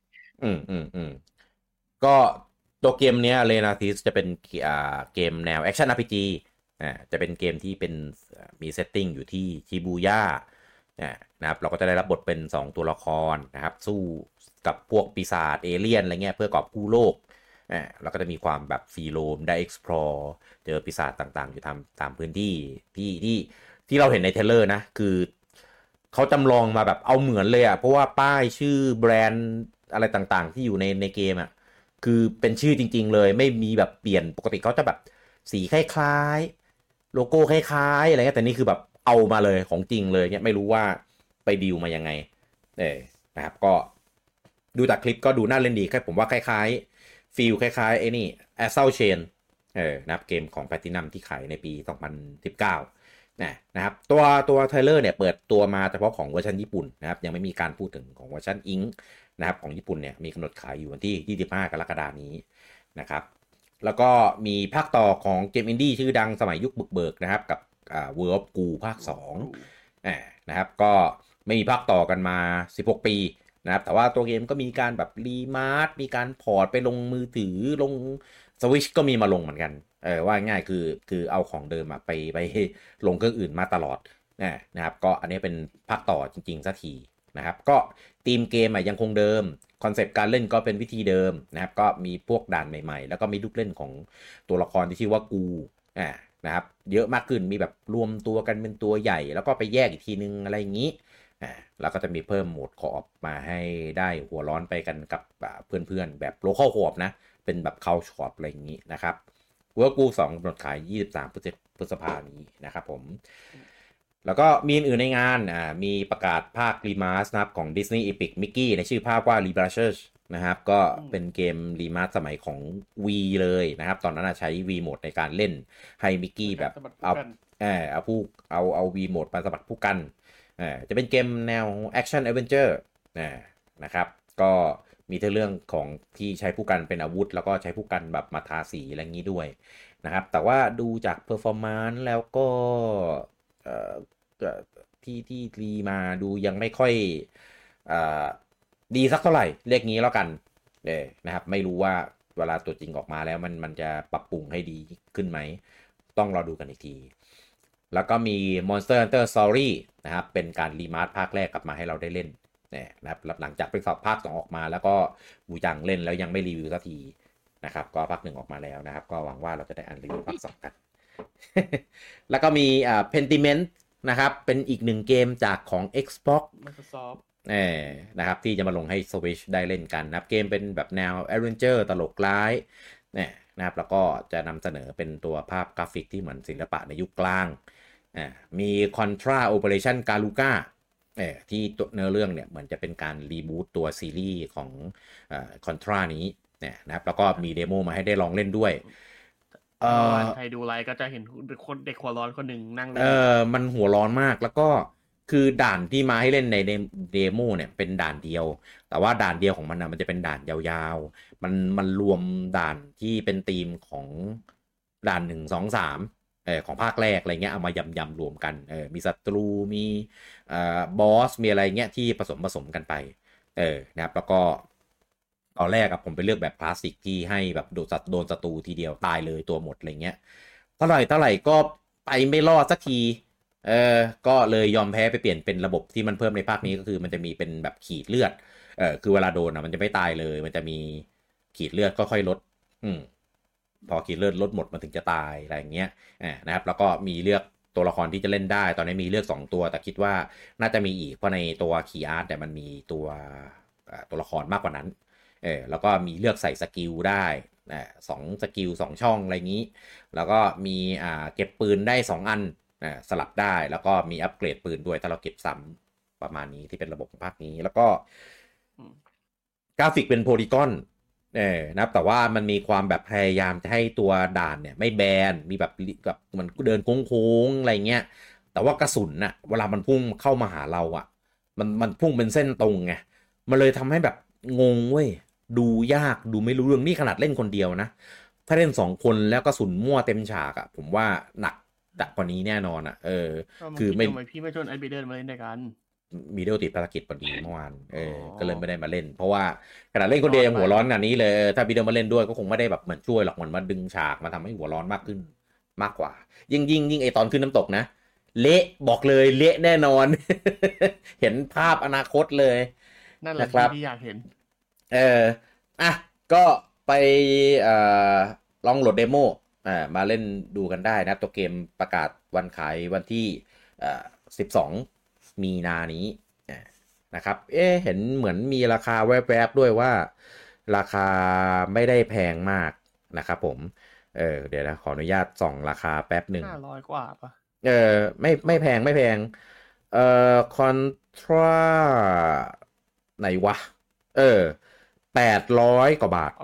ก็ตัวเกมเนี้ย Renatis จะเป็นเกมแนวแอคชั่น RPG จะเป็นเกมที่เป็นมีเซตติ้งอยู่ที่ชิบูย่านะครับเราก็จะได้รับบทเป็น2ตัวละครนะครับสู้กับพวกปีศาจเอเลี่ยนอะไรเงี้ยเพื่อกอบกู้โลกเราก็จะมีความแบบฟรีโรมได้ explore เจอปีศาจต่างๆอยู่ตามพื้นที่ที่เราเห็นในเทเลอร์นะคือเขาจำลองมาแบบเอาเหมือนเลยเพราะว่าป้ายชื่อแบรนด์อะไรต่างๆที่อยู่ในเกมคือเป็นชื่อจริงๆเลยไม่มีแบบเปลี่ยนปกติเขาจะแบบสีคล้ายๆโลโก้คล้ายๆอะไรเงี้ยแต่นี่คือแบบเอามาเลยของจริงเลยเนี่ยไม่รู้ว่าไปดีลมายังไงนะครับก็ดูจากคลิปก็ดูน่าเล่นดีแค่ผมว่าคล้ายๆฟีลคล้ายๆไอ้นี่ Assault Chain นะครับเกมของ Platinum ที่ขายในปี 2019นะครับตัวเทเลอร์เนี่ยเปิดตัวมาเฉพาะของเวอร์ชันญี่ปุ่นนะครับยังไม่มีการพูดถึงของเวอร์ชันอิงนะครับของญี่ปุ่นเนี่ยมีกำหนดขายอยู่วันที่25 กรกฎาคมนี้นะครับแล้วก็มีภาคต่อของเกมอินดี้ชื่อดังสมัยยุคบุกเบิกนะครับกับWorld of Goo ภาค2นะครับก็ไม่มีภาคต่อกันมา16 ปีนะครับแต่ว่าตัวเกมก็มีการแบบรีมาสมีการพอร์ตไปลงมือถือลงสวิชก็มีมาลงเหมือนกันว่าง่ายคือเอาของเดิมไปลงเครื่องอื่นมาตลอดนะครับก็อันนี้เป็นภาคต่อจริงๆสักทีนะครับก็ธีมเกมยังคงเดิมคอนเซปต์การเล่นก็เป็นวิธีเดิมนะครับก็มีพวกด่านใหม่ๆแล้วก็มีลูกเล่นของตัวละครที่ชื่อว่ากูนะครับเยอะมากขึ้นมีแบบรวมตัวกันเป็นตัวใหญ่แล้วก็ไปแยกอีกทีนึงอะไรอย่างนี้แล้วก็จะมีเพิ่มโหมดคออปมาให้ได้หัวร้อนไปกันกับเพื่อนๆแบบโลคอลคออปนะเป็นแบบเคาชอปอะไรอย่างนี้นะครับเวิร์กกู2กำหนดขาย23 พฤษภาคมนี้นะครับผมแล้วก็มีอื่นในงานมีประกาศภาครีมาสนะครับของ Disney Epic Mickey ในชื่อภาคว่า Rebrushers นะครับก็เป็นเกมรีมาสสมัยของ Wii เลยนะครับตอนนั้นใช้ Wii Mode ในการเล่นให้มิกกี้แบบเอา Wii Mode มาสะบัดผู้กันจะเป็นเกมแนว Action Adventure นะครับก็มีเรื่องของที่ใช้ผู้กันเป็นอาวุธแล้วก็ใช้ผู้กันแบบมาทาสีอะไรอย่างนี้ด้วยนะครับแต่ว่าดูจาก performance แล้วก็ที่รีมาดูยังไม่ค่อยดีสักเท่าไหร่เรียกงี้แล้วกันนะครับไม่รู้ว่าเวลาตัวจริงออกมาแล้วมันจะปรับปรุงให้ดีขึ้นไหมต้องรอดูกันอีกทีแล้วก็มี Monster Hunter Story นะครับเป็นการรีมาสภาคแรกกลับมาให้เราได้เล่นนะครับหลังจากเป็นภาค2ออกมาแล้วก็บูจังเล่นแล้วยังไม่รีวิวสักทีนะครับก็ภาค1ออกมาแล้วนะครับก็หวังว่าเราจะได้อ่านรีวิวภาค2กัน แล้วก็มีPentiment นะครับเป็นอีกหนึ่งเกมจากของ Xbox Microsoft นะครับที่จะมาลงให้ Switch ได้เล่นกันนะครับเกมเป็นแบบแนว Adventure ตลกร้ายนะครับแล้วก็จะนำเสนอเป็นตัวภาพกราฟิกที่เหมือนศิลปะในยุคกลางมี Contra Operation Galuga ที่ตัวเนื้อเรื่องเนี่ยเหมือนจะเป็นการรีบูตตัวซีรีส์ของContra นี้นะครับแล้วก็มีเดโมมาให้ได้ลองเล่นด้วยใครดูไลฟ์ก็จะเห็นคนเด็กหัวร้อนคนหนึ่งนั่งเล่นมันหัวร้อนมากแล้วก็คือด่านที่มาให้เล่นในเดโมเนี่ยเป็นด่านเดียวแต่ว่าด่านเดียวของมันจะเป็นด่านยาวๆมันรวมด่านที่เป็นธีมของด่าน1 2 3ของภาคแรกอะไรเงี้ยเอามายำรวมกันมีศัตรูมีบอสมีอะไรเงี้ยที่ผสมกันไปนะครับแล้วก็ตอนแรกผมไปเลือกแบบคลาสสิกที่ให้แบบโดนศัตรูทีเดียวตายเลยตัวหมดอะไรเงี้ยเท่าไหร่ก็ไปไม่รอดสักทีก็เลยยอมแพ้ไปเปลี่ยนเป็นระบบที่มันเพิ่มในภาคนี้ก็คือมันจะมีเป็นแบบขีดเลือดคือเวลาโดนมันจะไม่ตายเลยมันจะมีขีดเลือดก็ค่อยลดพอขีดเลือดลดหมดมันถึงจะตายอะไรอย่างเงี้ยนะครับแล้วก็มีเลือกตัวละครที่จะเล่นได้ตอนนี้มีเลือก2ตัวแต่คิดว่าน่าจะมีอีกเพราะในตัวคีย์อาร์ตแต่มันมีตัวละครมากกว่านั้นแล้วก็มีเลือกใส่สกิลได้2สกิล2ช่องอะไรอย่างนี้แล้วก็มีเก็บปืนได้2อันสลับได้แล้วก็มีอัปเกรดปืนด้วยถ้าเราเก็บซ้ำประมาณนี้ที่เป็นระบบของภาคนี้แล้วก็กราฟิกเป็นโพลีกอนนะครับแต่ว่ามันมีความแบบพยายามจะให้ตัวด่านเนี่ยไม่แบนมีแบบมันเดินโค้งๆอะไรเงี้ยแต่ว่ากระสุนน่ะเวลามันพุ่งเข้ามาหาเรามันพุ่งเป็นเส้นตรงไงมันเลยทำให้แบบงงเว้ยดูยากดูไม่รู้เรื่องนี่ขนาดเล่นคนเดียวนะถ้าเล่น2คนแล้วกระสุนมั่วเต็มฉากผมว่าหนักกว่านี้แน่นอนคือไม่พี่ไม่ชวนไอบีเดินมาเล่นด้วยกันมีเดียวติดภารกิจพอดีเมื่อวานก็เลยไม่ได้มาเล่นเพราะว่าขนาดเล่นคนเดียวยังหัวร้อนขนาดนี้เลยถ้าบีเดียวมาเล่นด้วยก็คงไม่ได้แบบเหมือนช่วยหรอกมันมาดึงฉากมาทำให้หัวร้อนมากขึ้นมากกว่ายิ่งไอตอนขึ้นน้ำตกนะเละบอกเลยเละแน่นอน เห็นภาพอนาคตเลยนั่นแหละที่อยากเห็นก็ไปลองโหลดเดโมมาเล่นดูกันได้นะตัวเกมประกาศวันขายวันที่12 มีนานี้นะครับเห็นเหมือนมีราคาแวบๆด้วยว่าราคาไม่ได้แพงมากนะครับผมเดี๋ยวนะขออนุญาตส่องราคาแป๊บหนึ่ง 500 กว่าปะไม่แพงคอนทราไหนวะ800 กว่าบาท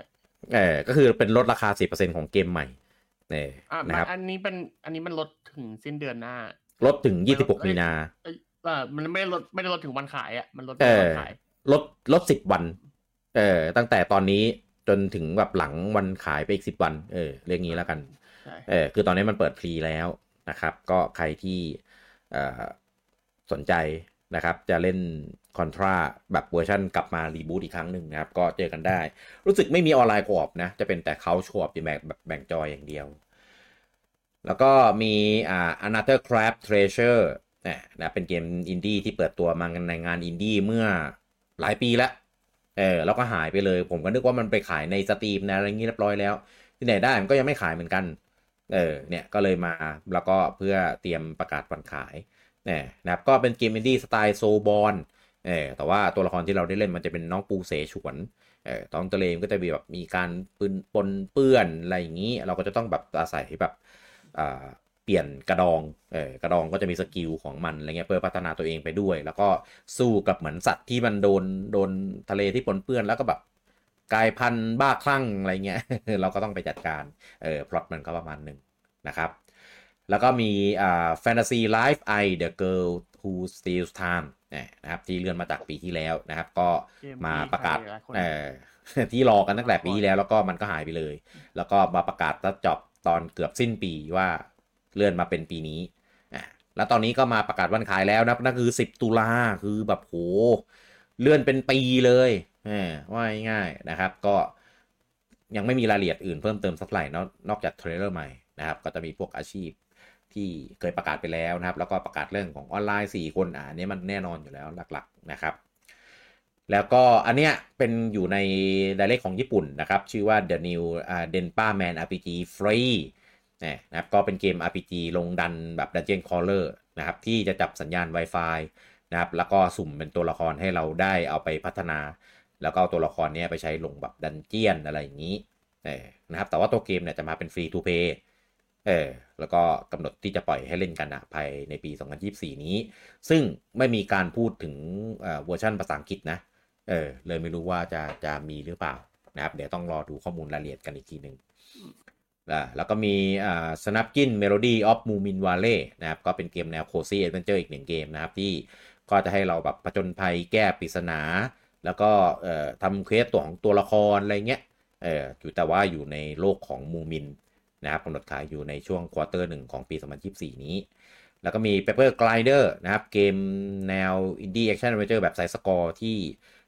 800 ก็คือเป็นลดราคา 10% ของเกมใหม่นะครับอันนี้มันลดถึงสิ้นเดือนหน้าลดถึง26 มีนามันไม่ได้ลดถึงวันขายมันลดวันขายลด10 วันตั้งแต่ตอนนี้จนถึงแบบหลังวันขายไปอีก10 วันเรียกงี้แล้วกันคือตอนนี้มันเปิดฟรีแล้วนะครับก็ใครที่สนใจนะครับจะเล่นคอนทราแบบเวอร์ชันกลับมารีบูตอีกครั้งหนึ่งนะครับก็เจอกันได้รู้สึกไม่มีออนไลน์โคออปนะจะเป็นแต่เขาโชว์แบบแบ่งจอยอย่างเดียวแล้วก็มีAnother Craft Treasure นะเป็นเกมอินดี้ที่เปิดตัวมาในงานอินดี้เมื่อหลายปีแล้วแล้วก็หายไปเลยผมก็นึกว่ามันไปขายในสตรีมนะอะไรงี้เรียบร้อยแล้วที่ไหนได้มันก็ยังไม่ขายเหมือนกันเนี่ยก็เลยมาแล้วก็เพื่อเตรียมประกาศวันขายนะครับก็เป็นเกมอินดี้สไตล์โซบอลแต่ว่าตัวละครที่เราได้เล่นมันจะเป็นน้องปูเสฉวนตอนตะเลมก็จะมีแบบมีการปนเปื้อนอะไรอย่างนี้เราก็จะต้องแบบอาศัยแบบเปลี่ยนกระดองก็จะมีสกิลของมันอะไรเงี้ยเพื่อพัฒนาตัวเองไปด้วยแล้วก็สู้กับเหมือนสัตว์ที่มันโดนทะเลที่ปนเปื้อนแล้วก็แบบกลายพันธุ์บ้าคลั่งอะไรเงี้ย เราก็ต้องไปจัดการพล็อตมันก็ประมาณหนึ่งนะครับแล้วก็มีFantasy Life I The Girl Who Steals Time นะครับที่เลื่อนมาจากปีที่แล้วนะครับก็มาประกาศที่รอกันตั้งแต่ปีที่แล้วก็มันก็หายไปเลยแล้วก็มาประกาศจบตอนเกือบสิ้นปีว่าเลื่อนมาเป็นปีนี้แล้วตอนนี้ก็มาประกาศวันขายแล้วนะนั่นคือ10 ตุลาคือแบบโหเลื่อนเป็นปีเลยว่าง่ายๆนะครับก็ยังไม่มีรายละเอียดอื่นเพิ่มเติมสักหน่อยนอกจากเทรลเลอร์ใหม่นะครับก็จะมีพวกอาชีพที่เคยประกาศไปแล้วนะครับแล้วก็ประกาศเรื่องของออนไลน์4 คนนี้มันแน่นอนอยู่แล้วหลักๆนะครับแล้วก็อันเนี้ยเป็นอยู่ใน Direct ของญี่ปุ่นนะครับชื่อว่า The New Denpa Man RPG Free นะครับก็เป็นเกม RPG ลงดันแบบ Dungeon Crawler นะครับที่จะจับสัญญาณ Wi-Fi นะครับแล้วก็สุ่มเป็นตัวละครให้เราได้เอาไปพัฒนาแล้วก็เอาตัวละครนี้ไปใช้ลงแบบดันเจียนอะไรอย่างนี้นะครับแต่ว่าตัวเกมเนี่ยจะมาเป็นฟรีทูเพย์แล้วก็กำหนดที่จะปล่อยให้เล่นกันภายในปี2024นี้ซึ่งไม่มีการพูดถึงเวอร์ชันภาษาอังกฤษนะเลยไม่รู้ว่าจะมีหรือเปล่านะครับเดี๋ยวต้องรอดูข้อมูลรายละเอียดกันอีกทีหนึ่งแล้วก็มีSnapkin Melody of Moomin Valley นะครับก็เป็นเกมแนว Cozy Adventure อีก1 เกมนะครับที่ก็จะให้เราแบบผจญภัยแก้ปริศนาแล้วก็ทำเควสของตัวละครอะไรเงี้ยอยู่แต่ว่าอยู่ในโลกของมูมินนะครับกำหนดขายอยู่ในช่วงควอเตอร์ 1ของปี2024นี้แล้วก็มี Paper Glider นะครับเกมแนว Indie Action Adventure แบบไซส์สกอร์ที่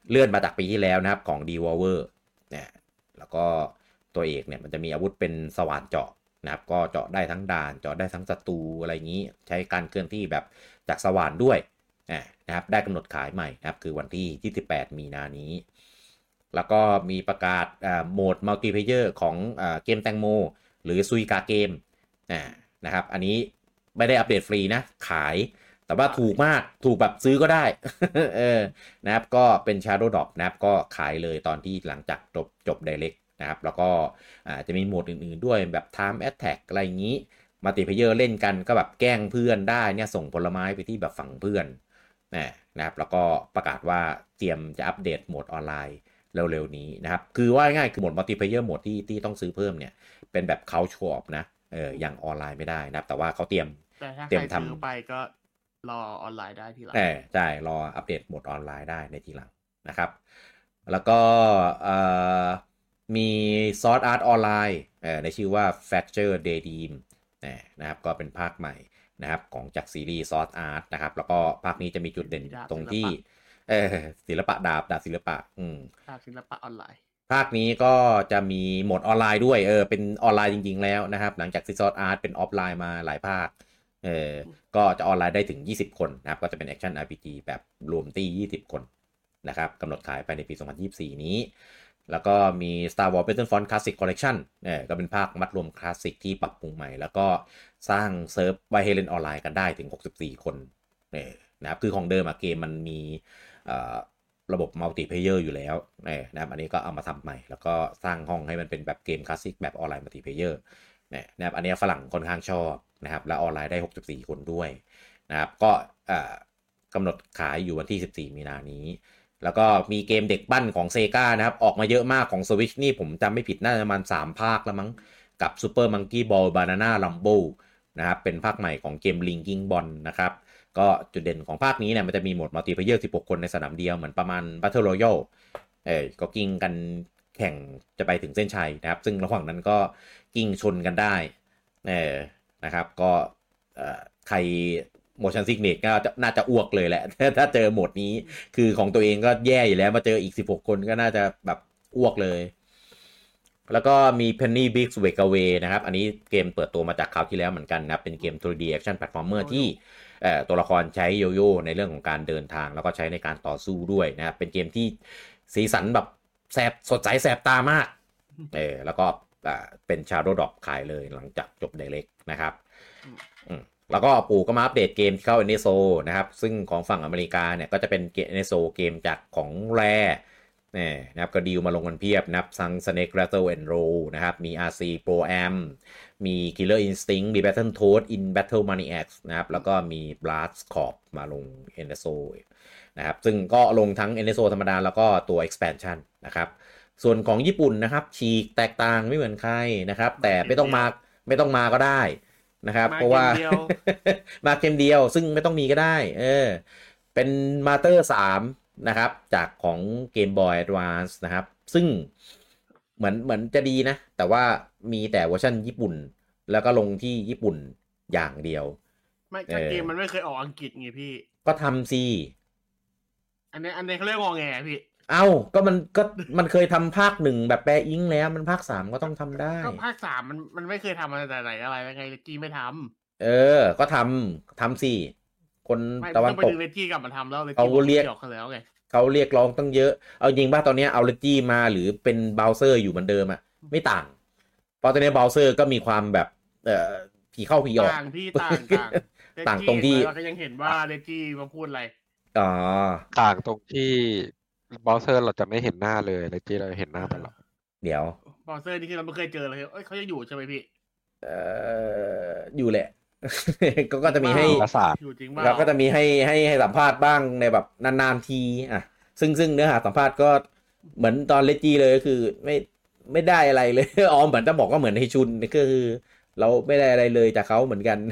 เลื่อนมาจากปีที่แล้วนะครับของ Devolver เนี่ยแล้วก็ตัวเอกเนี่ยมันจะมีอาวุธเป็นสว่านเจาะนะครับก็เจาะได้ทั้งด่านเจาะได้ทั้งศัตรูอะไรอย่างนี้ใช้การเคลื่อนที่แบบจากสว่านด้วยนะครับได้กำหนดขายใหม่นะครับคือวันที่28มีนานี้แล้วก็มีประกาศโหมดมัลติเพลเยอร์ของเกมแตงโมหรือซุยกาเกมนะครับอันนี้ไม่ได้อัปเดตฟรีนะขายแต่ว่าถูกมากถูกแบบซื้อก็ได้ นะครับก็เป็น Shadow Drop นะครับก็ขายเลยตอนที่หลังจากจบ Direct นะครับแล้วก็จะมีโหมดอื่นๆด้วยแบบ Time Attack อะไรอย่างนี้มัลติเพลเยอร์เล่นกันก็แบบแกล้งเพื่อนได้เนี่ยส่งผลไม้ไปที่แบบฝั่งเพื่อนนะครับแล้วก็ประกาศว่าเตรียมจะอัปเดตโหมดออนไลน์เร็วๆนี้นะครับคือว่าง่ายคือโหมดมัลติเพลเยอร์โหมดที่ต้องซื้อเพิ่มเนี่ยเป็นแบบเคาน์ชอปนะยังออนไลน์ไม่ได้นะครับแต่ว่าเขาเตรียมทำไปก็รอออนไลน์ได้ทีหลังใช่รออัปเดตโหมดออนไลน์ได้ในทีหลังนะครับแล้วก็มี Sword Art Online ในชื่อว่า Fracture Daydream นะครับก็เป็นภาคใหม่นะครับของจากซีรีส์ Sword Art นะครับแล้วก็ภาคนี้จะมีจุดเด่นตรงที่ศิลปะดาบศิลปะศิลปะออนไลน์ภาคนี้ก็จะมีโหมดออนไลน์ด้วยเป็นออนไลน์จริงๆแล้วนะครับหลังจากที่ Sword Art เป็นออฟไลน์มาหลายภาคก็จะออนไลน์ได้ถึง20คนนะครับก็จะเป็นแอคชั่น RPG แบบรวมตี้20คนนะครับกำหนดขายไปในปี2024นี้แล้วก็มี Star Wars Battlefront Classic Collection ก็เป็นภาคมัดรวมคลาสสิกที่ปรับปรุงใหม่แล้วก็สร้างเซิร์ฟไว้ให้เล่นออนไลน์กันได้ถึง64คนนะครับคือของเดิมเกมมันมีระบบมัลติเพลเยอร์อยู่แล้วนะครับอันนี้ก็เอามาทำใหม่แล้วก็สร้างห้องให้มันเป็นแบบเกมคลาสสิกแบบออนไลน์มัลติเพลเยอร์นะครับอันนี้ฝรั่งค่อนข้างชอบนะครับและออนไลน์ได้64คนด้วยนะครับก็กำหนดขายอยู่วันที่14มีนานี้แล้วก็มีเกมเด็กปั้นของเซกานะครับออกมาเยอะมากของ Switch นี่ผมจำไม่ผิดน่าจะประมาณ3ภาคแล้วมั้งกับ Super Monkey Ball Banana Rumble นะครับเป็นภาคใหม่ของเกม Linking Ball นะครับก็จุดเด่นของภาคนี้เนี่ยมันจะมีโหมดมัลติเพลเยอร์16คนในสนามเดียวเหมือนประมาณ Battle Royale ก็กิ้งกันแข่งจะไปถึงเส้นชัยนะครับซึ่งระหว่างนั้นก็กิ้งชนกันได้นะครับก็ใคร motion sickness ก็น่าจะอ้วกเลยแหละถ้าเจอโหมดนี้คือของตัวเองก็แย่อยู่แล้วมาเจออีก16คนก็น่าจะแบบอ้วกเลยแล้วก็มี Penny Big's Breakaway นะครับอันนี้เกมเปิดตัวมาจากคราวที่แล้วเหมือนกันนะเป็นเกม 3D Action Platformer ที่ตัวละครใช้โยโย่ในเรื่องของการเดินทางแล้วก็ใช้ในการต่อสู้ด้วยนะครับเป็นเกมที่สีสันแบบแสบสดใสแสบตามากแล้วก็เป็น Shadow Drop ขายเลยหลังจากจบ Direct นะครับแล้วก็ปู่ก็มาอัปเดตเกมที่เข้า NSO นะครับซึ่งของฝั่งอเมริกาเนี่ยก็จะเป็น NSO เกมจากของ Rare นะครับก็ดีลมาลงกันเพียบนับทั้ง Snake Rattle and Roll นะครับมี RC Pro Am มี Killer Instinct มี Battletoads in Battle Maniacs นะครับแล้วก็มี Blast Corp มาลง NSO นะครับซึ่งก็ลงทั้ง NSO ธรรมดาแล้วก็ตัว expansion นะครับส่วนของญี่ปุ่นนะครับฉีกแตกต่างไม่เหมือนใครนะครับแต่ไม่ต้องมาก็ได้นะครับเพราะว่ามาเกมเดียวซึ่งไม่ต้องมีก็ได้เป็นมาเตอร์3นะครับจากของ Game Boy Advance นะครับซึ่งเหมือนจะดีนะแต่ว่ามีแต่เวอร์ชันญี่ปุ่นแล้วก็ลงที่ญี่ปุ่นอย่างเดียวไม่เกมมันไม่เคยออกอังกฤษไงพี่ก็ทำสิอันนี้เขาเรียกงอแงพี่ก็มันเคยทำภาค1แบบแปลอิงแล้วมันภาค3ก็ต้องทำได้ก็ภาค3มันไม่เคยทำอะไรแต่ไหนอะไรไงเลจี้ไม่ทำก็ทำสิคนตะวันตกเลจี้กลับมาทำแล้วเขาเรียกเขาแล้วไงเขาเรียกร้องตั้งเยอะเอาจริงป่ะตอนนี้เอาเลจี้มาหรือเป็นเบราว์เซอร์อยู่เหมือนเดิมไม่ต่างเพราะตอนนี้เบราว์เซอร์ก็มีความแบบผีเข้าผีออกต่างที่ต่างตรงที่เราก็ยังเห็นว่าเลจี้มาพูดอะไรต่างตรงที่เบราว์เซอร์เราจะไม่เห็นหน้าเลยเลจี้เราเห็นหน้าตลอดเดี๋ยวเบราว์เซอร์นี่คือเราไม่เคยเจอเลยเขายังอยู่ใช่ไหมพี่อยู่แหละก็จะมีให้เราก็จะมีให้สัมภาษณ์บ้างในแบบนานๆทีซึ่งเนื้อหาสัมภาษณ์ก็เหมือนตอนเลจี้เลยก็คือไม่ได้อะไรเลยเหมือนจะบอกว่าเหมือนให้ชุนก็คือเราไม่ได้อะไรเลยจากเขาเหมือนกัน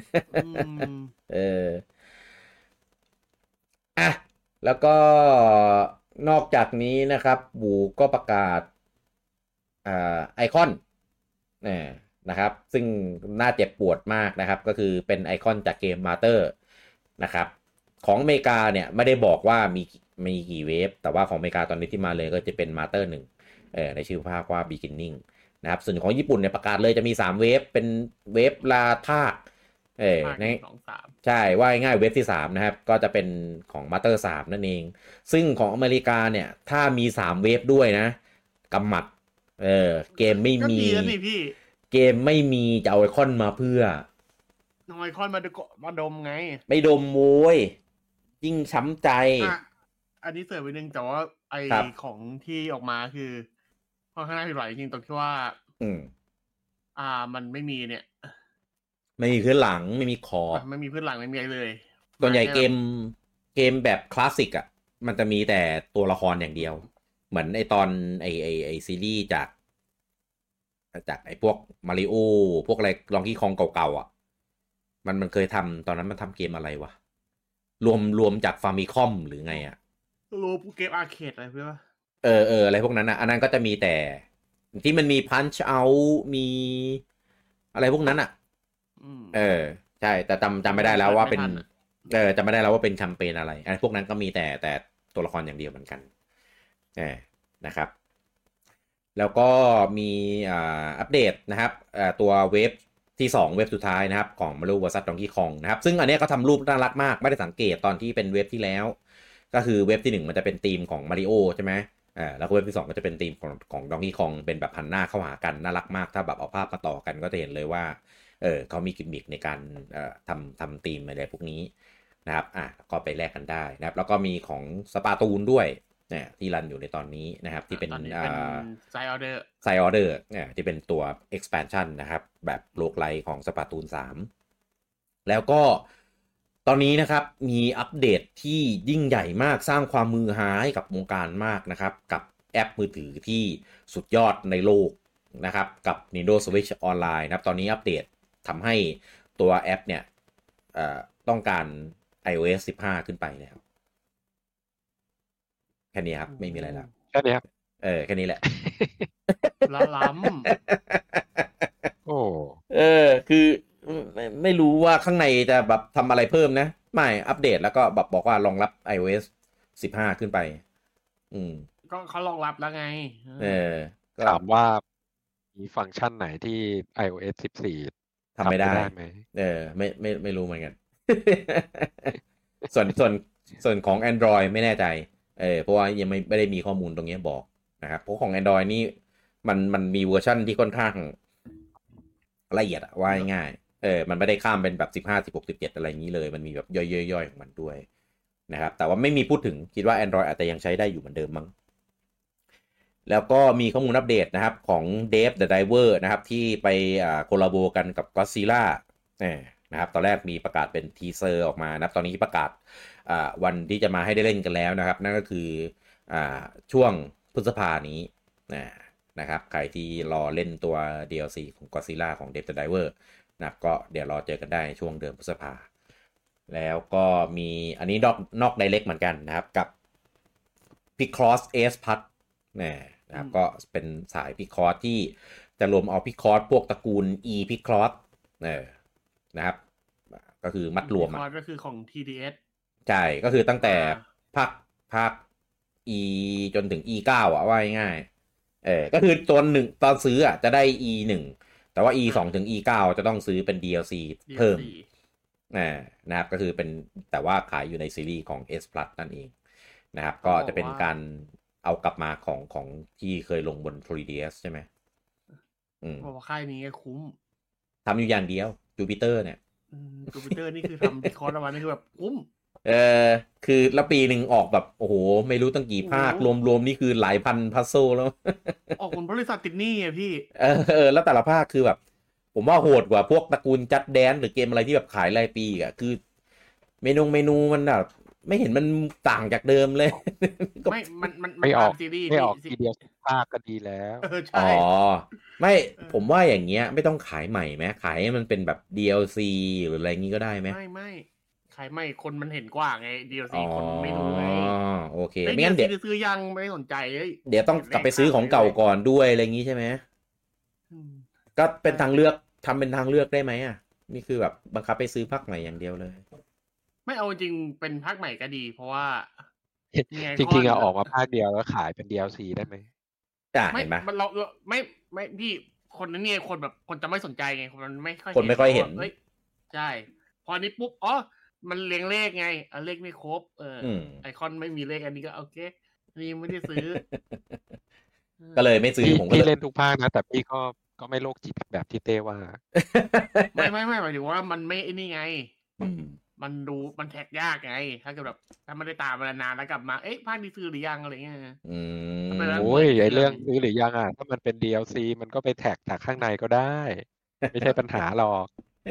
แล้วก็นอกจากนี้นะครับบูก็ประกาศไอคอนนะครับซึ่งน่าเจ็บปวดมากนะครับก็คือเป็นไอคอนจากเกมมาเตอร์นะครับของอเมริกาเนี่ยไม่ได้บอกว่ามีกี่เวฟแต่ว่าของอเมริกาตอนนี้ที่มาเลยก็จะเป็นมาสเตอร์1ในชื่อภาคว่า beginning นะครับส่วนของญี่ปุ่นเนี่ยประกาศเลยจะมี3เวฟเป็นเวฟละภาคในใช่ว่าง่ายเวฟที่3นะครับก็จะเป็นของมาสเตอร์3นั่นเองซึ่งของอเมริกาเนี่ยถ้ามี3เวฟด้วยนะกำหมัดเกมไม่มีเกมไม่มีจะเอาไอคอนมาเพื่อน้อยคอนมาดมไงไม่ดมโว้ยยิ่งช้ำใจอันนี้เสริมไปนึงแต่ว่าไอของที่ออกมาคือค่อนข้างน่าผิดหวังจริงตรงที่ว่ามันไม่มีเนี่ยไม่มีพื้นหลังไม่มีขอบไม่มีพื้นหลังไม่มีอะไรเลยส่วนใหญ่เกมแบบคลาสสิกอ่ะมันจะมีแต่ตัวละครอย่างเดียวเหมือนไอตอนไอซีรีส์จากไอพวกมาริโอพวกอะไรลองกี้คองเก่าๆอ่ะมันเคยทำตอนนั้นมันทำเกมอะไรวะรวมจากฟาร์มิคอมหรือไงอ่ะรวมเกมอาร์เคดอะไรเพื่ออะไรพวกนั้นอ่ะอันนั้นก็จะมีแต่ที่มันมีพันช์เอามีอะไรพวกนั้นอ่ะใช่แต่จำไม่ได้แล้วว่าเป็นจำไม่ได้แล้วว่าเป็นแคมเปญอะไรอันพวกนั้นก็มีแต่ตัวละครอย่างเดียวเหมือนกันนะครับแล้วก็มีอัปเดตนะครับตัวเวฟที่2เวฟสุดท้ายนะครับของ Mario vs Donkey Kong นะครับซึ่งอันนี้เขาทำรูปน่ารักมากไม่ได้สังเกตตอนที่เป็นเวฟที่แล้วก็คือเวฟที่1มันจะเป็นธีมของ Mario ใช่ไหมแล้วเวฟที่2ก็จะเป็นธีมของ Donkey Kong เป็นแบบหันหน้าเข้าหากันน่ารักมากถ้าแบบเอาภาพมาต่อกันก็จะเห็นเลยว่าเขามีกิมมิคในการทำธีมอะไรพวกนี้นะครับก็ไปแลกกันได้นะครับแล้วก็มีของสปาตูนด้วยที่รันอยู่ในตอนนี้นะครับที่เป็นไซออเดอร์ที่เป็นตัว expansion นะครับแบบโลกไลของสปาตูน3แล้วก็ตอนนี้นะครับมีอัปเดตที่ยิ่งใหญ่มากสร้างความมือหาให้กับวงการมากนะครับกับแอปมือถือที่สุดยอดในโลกนะครับกับ Nintendo Switch Online นะครับตอนนี้อัปเดตทำให้ตัวแอปเนี่ยต้องการ iOS 15 ขึ้นไปแล้วแค่นี้ครับไม่มีอะไรแล้วแค่นี้ครับแค่นี้แหละล้ำโอ้คือไม่รู้ว่าข้างในจะแบบทำอะไรเพิ่มนะไม่อัปเดตแล้วก็แบบบอกว่ารองรับ iOS 15 ขึ้นไปก็เขารองรับแล้วไงถามว่ามีฟังก์ชันไหนที่ iOS 14 ทำไม่ได้ไหมไม่รู้เหมือนกัน ส่วนของ Android ไม่แน่ใจเพราะว่ายังไม่ได้มีข้อมูลตรงนี้บอกนะครับเพราะของ Android นี่มันมีเวอร์ชันที่ค่อนข้างละเอียดว่าง่ายมันไม่ได้ข้ามเป็นแบบ15 16 17อะไรอย่างนี้เลยมันมีแบบย่อยๆของมันด้วยนะครับแต่ว่าไม่มีพูดถึงคิดว่า Android อาจจะยังใช้ได้อยู่เหมือนเดิมมั้งแล้วก็มีข้อมูลอัปเดตนะครับของ Dave the Diver นะครับที่ไปโคลาโบกันกับ Godzilla นะครับตอนแรกมีประกาศเป็นทีเซอร์ออกมานะครับตอนนี้ประกาศวันที่จะมาให้ได้เล่นกันแล้วนะครับนั่นก็คือช่วงพฤษภานี้นะครับใครที่รอเล่นตัว DLC ของ Godzilla ของ Dave the Diver นะก็เดี๋ยวรอเจอกันได้ช่วงเดือนพฤษภาแล้วก็มีอันนี้นอก Direct เหมือนกันนะครับกับ Picross Ace Plus นะครับก็เป็นสาย Picross ที่จะรวมเอา Picross พวกตระกูล E Picross นะครับก็คือมัดรวมก็คือของ TDS ใช่ก็คือตั้งแต่ภาค E จนถึง E9 ว่าง่ายก็คือตอนซื้อจะได้ E1 แต่ว่า E2 ถึง E9 จะต้องซื้อเป็น DLC เพิ่มนะครับก็คือเป็นแต่ว่าขายอยู่ในซีรีส์ของ S Plus นั่นเองนะครับก็จะเป็นการเอากลับมาของที่เคยลงบน 3DS ใช่ไหมบอกว่าค่ายนี้คุ้มทำอยู่อย่างเดียวจูปิเตอร์เนี่ยจูปิเตอร์นี่คือทำคอร์สออกมานี่คือแบบคุ้มคือละปีหนึ่งออกแบบโอ้โหไม่รู้ตั้งกี่ภาครวมนี่คือหลายพันพัซโซแล้วออกบริษัทติดหนี้อ่ะพี่แล้วแต่ละภาคคือแบบผมว่าโหดกว่าพวกตระกูลจัดแดนหรือเกมอะไรที่แบบขายรายปีอ่ะคือเมนูมันแบบไม่เห็นมันต่างจากเดิมเลยไม่มันไม่ออกซีรีส์ไม่ออกทีเดียวภาคก็ดีแล้วอ๋อไม่ผมว่าอย่างเงี้ยไม่ต้องขายใหม่ไหมขายให้มันเป็นแบบ DLC หรืออะไรงี้ก็ได้ไหมไม่ขายใหม่คนมันเห็นกว่าไง DLC คนไม่รู้ไงโอเคไม่งั้นเดี๋ยวซื้อยังไม่สนใจเดี๋ยวต้องกลับไปซื้อของเก่าก่อนด้วยอะไรงี้ใช่ไหมก็เป็นทางเลือกทำเป็นทางเลือกได้ไหมอ่ะนี่คือแบบบังคับไปซื้อภาคใหม่อย่างเดียวเลยไม่เอาจริงเป็นภาคใหม่ก็ดี เพราะว่าจริงๆออกมาภาคเดียวแล้วขายเป็น DLC ได้ไหมไม่เห็นไหมเราไม่พี่คนนั้นเนี่ยคนแบบคนจะไม่สนใจไงคนมันไม่ค่อยคนไม่ค่อยเห็นใช่พอนี้ปุ๊บมันเรียงเลขไงเลขไม่ครบไอคอนไม่มีเลขอันนี้ก็โอเคนี่ไม่ได้ซื้อก็เลยไม่ซื้อผมก็พี่เล่นทุกภาคนะแต่พี่ก็ไม่โรคจิตแบบที่เต้ว่าไม่หมายถึงว่ามันไม่นี่ไงมันแท็กยากไงถ้าเกิดแบบถ้าไม่ได้ตามมานานแล้วกลับมาภาคนี้ซื้อหรือยังอะไรเงี้ยโอ้ยไอเรื่องซื้อหรือยังถ้ามันเป็น DLC มันก็ไปแท็กจากข้างในก็ได้ ไม่ใช่ปัญหาหรอก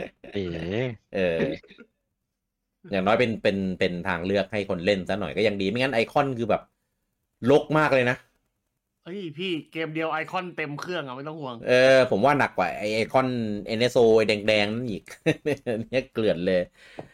อย่างน้อยเป็นทางเลือกให้คนเล่นซะหน่อยก็ยังดีไม่งั้นไอคอนคือแบบรกมากเลยนะพี่เกมเดียวไอคอนเต็มเครื่องไม่ต้องห่วงผมว่าหนักกว่าไอคอน NSO แดงๆนั่นอีก เนี่ยเกลื่อนเลย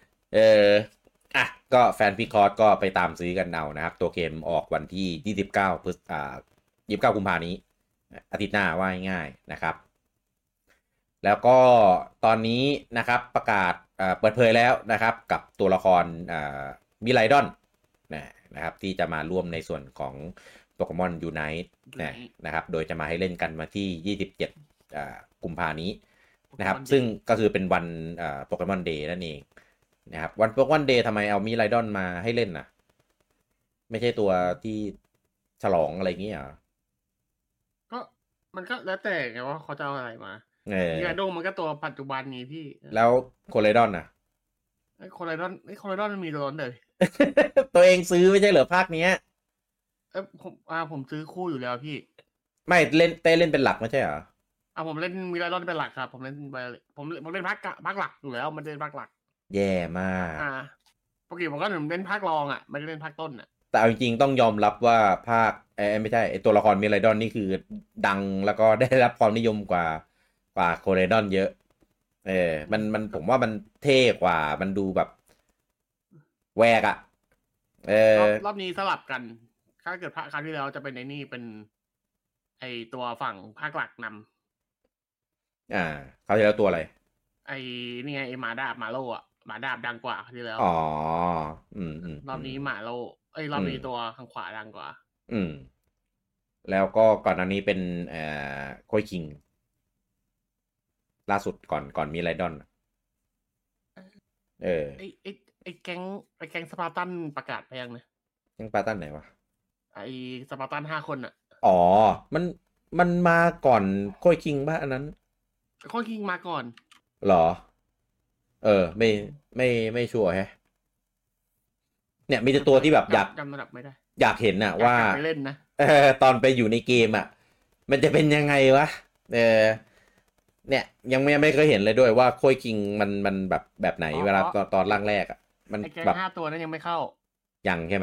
ก็แฟนพีคอร์สก็ไปตามซื้อกันเอานะครับตัวเกมออกวันที่29กุมภาพันธ์นี้อาทิตย์หน้าว่าง่ายๆนะครับแล้วก็ตอนนี้นะครับประกาศเปิดเผยแล้วนะครับกับตัวละครมิไลดอนนะครับที่จะมาร่วมในส่วนของโปเกมอนยูไนต์นะครับโดยจะมาให้เล่นกันมาที่27กุมภาพันธ์นี้นะครับซึ่งก็คือเป็นวันโปเกมอนเดย์นั่นเองนะครับวันโปเกมอนเดย์ทำไมเอามิไลดอนมาให้เล่นน่ะไม่ใช่ตัวที่ฉลองอะไรอย่างเงี้ยก็มันก็แล้วแต่ไงว่าเขาจะเอาอะไรมามิไลดอนมันก็ตัวปัจจุบันนี้พี่แล้วโคเลดอนน่ะโคเลดอนมันมีตัวนั้นเลยตัวเองซื้อไม่ใช่เหรอภาคเนี้ยผมซื้อคู่อยู่แล้วพี่ไม่เล่นเป็นหลักไม่ใช่เหรอผมเล่นมิไลดอนเป็นหลักครับผมเล่นภาคหลักอยู่แล้วมันเล่นภาคหลักแย่มากปกติผมก็เล่นภาครองไม่ได้เล่นภาคต้นแต่เอาจริงๆต้องยอมรับว่าภาคไม่ใช่ตัวละครมิไลดอนนี่คือดังแล้วก็ได้รับความนิยมกว่าโคเรดอนเยอะมันผมว่ามันเท่กว่ามันดูแบบแวกรอบนี้สลับกันถ้าเกิดครั้งที่แล้วจะเป็นนี่เป็นตัวฝั่งภาคหลักนำเขาจะแล้วตัวอะไรนี่ไงมาดาบมาโลมาดาบดังกว่าครั้งที่แล้วรอบนี้มาโลรอบนี้ตัวข้างขวาดังกว่าแล้วก็ก่อนอันนี้เป็นโคยคิงล่าสุดก่อนมีไรดอนไอ้แก๊งสปาร์ตันประกาศไปยังนะแก๊งสปาร์ตันไหนวะสปาร์ตัน5 คนมันมาก่อนโคยคิงป่ะอันนั้นโคยคิงมาก่อนหรอไม่ชัวร์แฮะเนี่ยมีแต่ตัวที่แบบอยากจำระดับไม่ได้อยากเห็นน่ะว่าไปเล่นนะตอนไปอยู่ในเกมมันจะเป็นยังไงวะเนี่ยยังไม่เคยเห็นเลยด้วยว่าโคยคิงมันแบบไหนเวลาตอนร่างแรกมันแบบ5 ตัวนั้นยังไม่เข้ายังใช่ไหม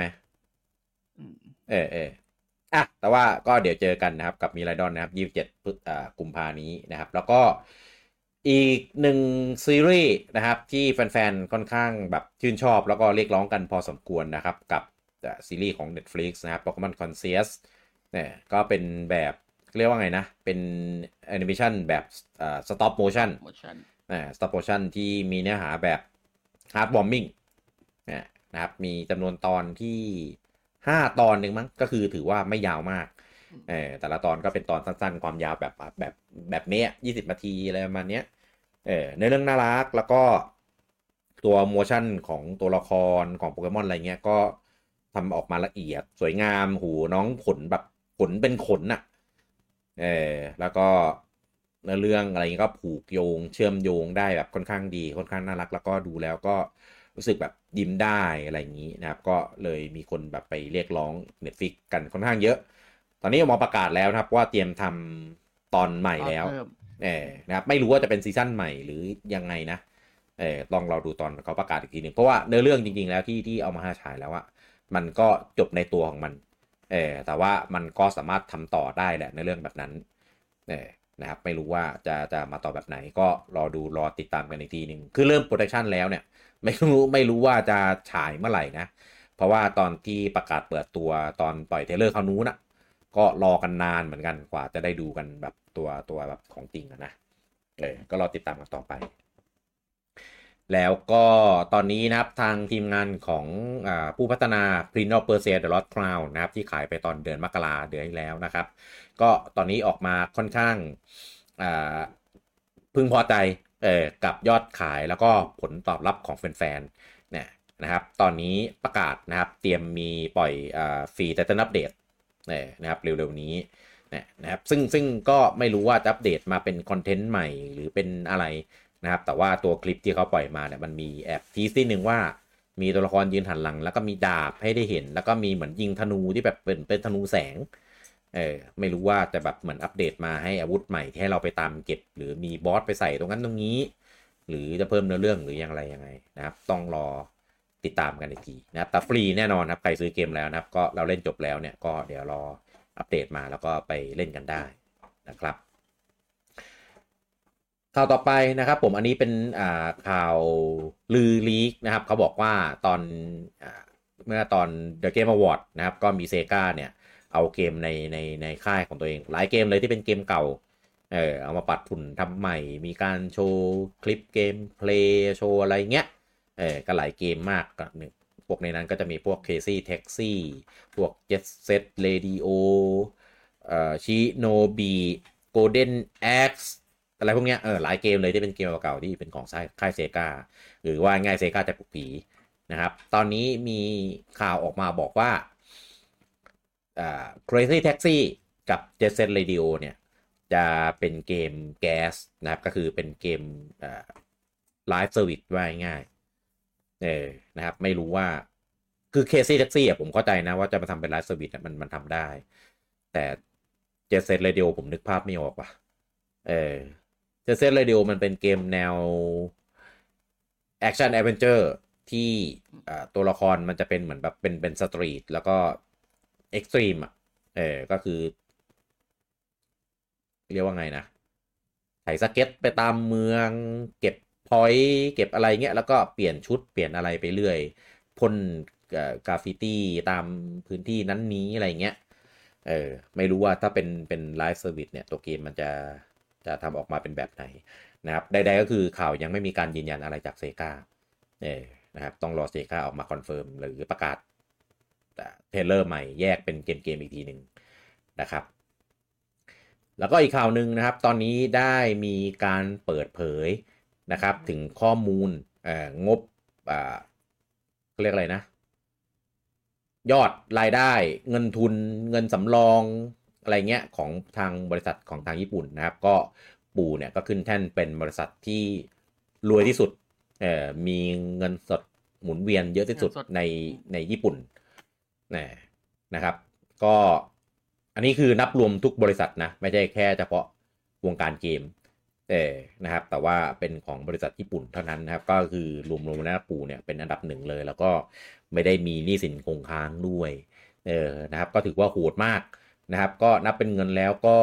แต่ว่าก็เดี๋ยวเจอกันนะครับกับมิไลดอนนะครับ27กุมภานี้นะครับแล้วก็อีกหนึ่งซีรีส์นะครับที่แฟนๆค่อนข้างแบบชื่นชอบแล้วก็เรียกร้องกันพอสมควรนะครับกับซีรีส์ของ Netflix นะครับ Pokemon Concierge เนี่ยก็เป็นแบบเรียกว่าไงนะเป็นแอนิเมชันแบบstop motion stop motion ที่มีเนื้อหาแบบ heart warming นะครับมีจำนวนตอนที่5 ตอนหนึ่งมั้งก็คือถือว่าไม่ยาวมากแต่ละตอนก็เป็นตอนสั้นๆความยาวแบบเนี้ย20 นาทีอะไรประมาณเนี้ยในเรื่องน่ารักแล้วก็ตัวโมชั่นของตัวละครของโปเกมอนอะไรเงี้ยก็ทำออกมาละเอียดสวยงามหูน้องขนแบบขนเป็นขนน่ะแล้วก็ในเรื่องอะไรเงี้ยก็ผูกโยงเชื่อมโยงได้แบบค่อนข้างดีค่อนข้างน่ารักแล้วก็ดูแล้วก็รู้สึกแบบยิ้มได้อะไรอย่างนี้นะครับก็เลยมีคนแบบไปเรียกร้อง Netflix กันค่อนข้างเยอะตอนนี้ออกมาประกาศแล้วนะครับว่าเตรียมทำตอนใหม่แล้วนะครับไม่รู้ว่าจะเป็นซีซั่นใหม่หรือยังไงนะต้องเราดูตอนเขาประกาศอีกทีนึงเพราะว่าเนื้อเรื่องจริงๆแล้วที่เอามาให้ฉายแล้วมันก็จบในตัวของมันแต่ว่ามันก็สามารถทำต่อได้แหละในเรื่องแบบนั้นนะครับไม่รู้ว่าจะมาต่อแบบไหนก็รอติดตามกันอีกทีนึงคือเริ่มโปรดักชันแล้วเนี่ยไม่รู้ว่าจะฉายเมื่อไหร่นะเพราะว่าตอนที่ประกาศเปิดตัวตอนปล่อยเทรลเลอร์คราวนู้นก็รอกันนานเหมือนกันกว่าจะได้ดูกันแบบตัวแบบของจริงนะก็รอติดตามกันต่อไปแล้วก็ตอนนี้นะครับทางทีมงานของผู้พัฒนา Prince of Persia The Lost Crown นะครับที่ขายไปตอนเดือนมกราเดือนที่แล้วนะครับก็ตอนนี้ออกมาค่อนข้างพึงพอใจกับยอดขายแล้วก็ผลตอบรับของแฟนๆเนี่ยนะครับตอนนี้ประกาศนะครับเตรียมมีปล่อยฟรีไทเทิลอัปเดตนะครับเร็วๆนี้นะครับซึ่งก็ไม่รู้ว่าจะอัปเดตมาเป็นคอนเทนต์ใหม่หรือเป็นอะไรนะครับแต่ว่าตัวคลิปที่เขาปล่อยมาเนี่ยมันมีแอบทีสที่หนึ่งว่ามีตัวละครยืนหันหลังแล้วก็มีดาบให้ได้เห็นแล้วก็มีเหมือนยิงธนูที่แบบเป็นธนูแสงไม่รู้ว่าจะแบบเหมือนอัปเดตมาให้อาวุธใหม่ที่ให้เราไปตามเก็บหรือมีบอสไปใส่ตรงนั้นตรงนี้หรือจะเพิ่มเนื้อเรื่องหรือยังไรยังไงนะครับต้องรอติดตามกันอีกทีนะครับแต่ฟรีแน่นอนครับใครซื้อเกมแล้วนะครับก็เราเล่นจบแล้วเนี่ยก็เดี๋ยวรออัปเดตมาแล้วก็ไปเล่นกันได้นะครับข่าวต่อไปนะครับผมอันนี้เป็นข่าวลือลีกนะครับเขาบอกว่าตอนเมื่อตอน The Game Award นะครับก็มีเซกาเนี่ยเอาเกมในค่ายของตัวเองหลายเกมเลยที่เป็นเกมเก่าเอามาปัดฝุ่นทำใหม่มีการโชว์คลิปเกมเพลย์โชว์อะไรเงี้ยก็หลายเกมมากก็พวกในนั้นก็จะมีพวก Crazy Taxi พวก Jet Set Radio Shinobi Golden Axe อะไรพวกเนี้ยหลายเกมเลยที่เป็นเกมเก่าๆที่เป็นของค่ายเซกาหรือว่าง่ายเซกาแต่ปลุกผีนะครับตอนนี้มีข่าวออกมาบอกว่าCrazy Taxi กับ Jet Set Radio เนี่ยจะเป็นเกมแก๊สนะครับก็คือเป็นเกมไลฟ์เซอร์วิสว่าง่ายนะครับไม่รู้ว่าคือ Crazy Taxi ผมเข้าใจนะว่าจะมาทำเป็นไลฟ์เซอร์วิสมันทำได้แต่ Jet Set Radio ผมนึกภาพไม่ออกว่ะJet Set Radio มันเป็นเกมแนว Action Adventure ที่ตัวละครมันจะเป็นเหมือนแบบเป็นสตรีทแล้วก็เอ็กซ์ตรีมก็คือเรียกว่าไงนะไถสเก็ตไปตามเมืองเก็บพอยต์เก็บอะไรเงี้ยแล้วก็เปลี่ยนชุดเปลี่ยนอะไรไปเรื่อยพ่นกราฟฟิตี้ตามพื้นที่นั้นนี้อะไรเงี้ยไม่รู้ว่าถ้าเป็นไลฟ์เซอร์วิสเนี่ยตัวเกมมันจะทำออกมาเป็นแบบไหนนะครับใดๆก็คือข่าวยังไม่มีการยืนยันอะไรจากเซกานะครับต้องรอเซกาออกมาคอนเฟิร์มหรือประกาศเทรลเลอร์ใหม่แยกเป็นเกมอีกทีหนึ่งนะครับแล้วก็อีกข่าวหนึ่งนะครับตอนนี้ได้มีการเปิดเผยนะครับถึงข้อมูลงบเรียกอะไรนะยอดรายได้เงินทุนเงินสำรองอะไรเงี้ยของทางบริษัทของทางญี่ปุ่นนะครับก็ปู่เนี่ยก็ขึ้นแท่นเป็นบริษัทที่รวยที่สุดมีเงินสดหมุนเวียนเยอะที่สุดในญี่ปุ่นนะครับก็อันนี้คือนับรวมทุกบริษัทนะไม่ใช่แค่เฉพาะวงการเกมนะครับแต่ว่าเป็นของบริษัทญี่ปุ่นเท่านั้นนะครับก็คือรวมๆแล้วปู่เนี่ยเป็นอันดับหนึ่งเลยแล้วก็ไม่ได้มีหนี้สินคงค้างด้วยนะครับก็ถือว่าโหดมากนะครับก็นับเป็นเงินแล้วก็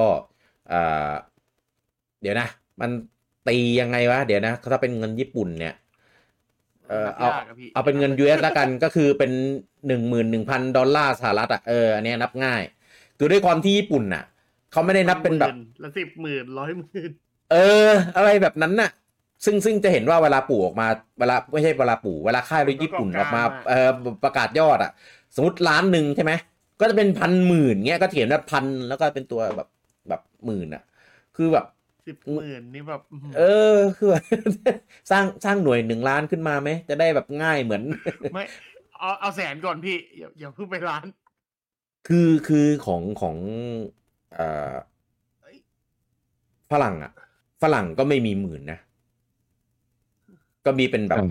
เดี๋ยวนะมันตียังไงวะเดี๋ยวนะถ้าเป็นเงินญี่ปุ่นเนี่ยเอาเป็นเงิน US แล้วกันก็คือเป็น 11,000 ดอลลาร์สหรัฐอันนี้นับง่ายคือด้วยความที่ญี่ปุ่นน่ะเขาไม่ได้นับเป็นแบบละ10,000 100,000 อะไรแบบนั้นน่ะซึ่งจะเห็นว่าเวลาปู่ออกมาเวลาไม่ใช่เวลาปู่เวลาค่ายรถญี่ปุ่นออกมาประกาศยอดอ่ะสมมติ1,000,000ใช่ไหมก็จะเป็น1,000,000เงี้ยก็เขียนว่าพันแล้วก็เป็นตัวแบบหมื่นอ่ะคือแบบ 10,000นี่แบบคือสร้างหน่วย1 ล้านขึ้นมาไหมจะได้แบบง่ายเหมือนไม่เอาแสนก่อนพี่อย่าเพิ่งไปล้านคือของฝรั่งก็ไม่มีหมื่นนะก็มีเป็นแบบ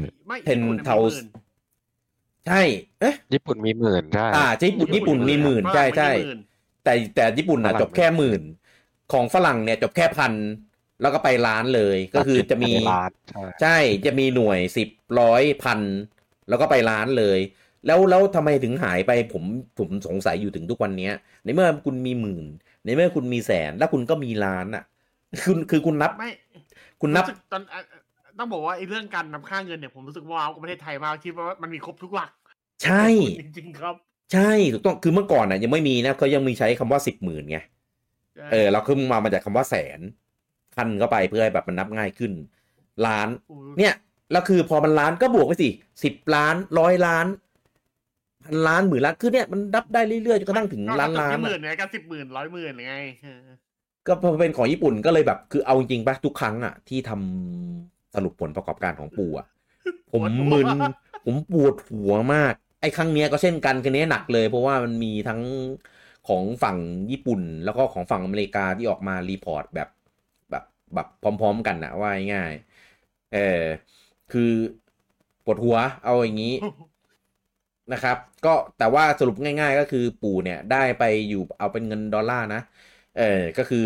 10,000ใช่ญี่ปุ่นมีหมื่นใช่ญี่ปุ่นมีหมื่นใช่แต่ญี่ปุ่นจบแค่หมื่นของฝรั่งเนี่ยจบแค่1,000แล้วก็ไปล้านเลยก็คือจะมีใช่จะมีหน่วย10 100 1,000แล้วก็ไปล้านเลยแล้วทำไมถึงหายไปผมสงสัยอยู่ถึงทุกวันนี้ในเมื่อคุณมีหมื่นในเมื่อคุณมีแสนแล้วคุณก็มีล้านอ่ะคุณนับไม่คุณนับตอนต้องบอกว่าไอ้เรื่องการนับค่าเงินเนี่ยผมรู้สึกว้าวกับประเทศไทยมากคิดว่ามันมีครบทุกหลักใช่จริงๆครับใช่ถูกต้องคือเมื่อก่อนยังไม่มีนะเขายังมีใช้คำว่า10,000ไงเราขึ้นมาจากคำว่าแสนพันเข้าไปเพื่อให้แบบมันนับง่ายขึ้นล้านเนี่ยแล้วคือพอมันล้านก็บวกไปสิ10 ล้าน100 ล้าน1,000 ล้าน10,000 ล้านคือเนี่ยมันนับได้เรื่อยๆจนกระทั่งถึงล้านหมื่นเนี่ยก็10,000 100,000ไงก็พอเป็นของญี่ปุ่นก็เลยแบบคือเอาจริงๆป่ะทุกครั้งอ่ะที่ทำสรุปผลประกอบการของปู่อ่ะผมมึนผมปวดหัวมากไอ้ครั้งเนี้ยก็เช่นกันคือเนี้ยหนักเลยเพราะว่ามันมีทั้งของฝั่งญี่ปุ่นแล้วก็ของฝั่งอเมริกาที่ออกมารีพอร์ตแบบพร้อมๆกันนะว่าง่ายๆคือปวดหัวเอาอย่างนี้นะครับก็แต่ว่าสรุปง่ายๆก็คือปู่เนี่ยได้ไปอยู่เอาเป็นเงินดอลลาร์นะก็คือ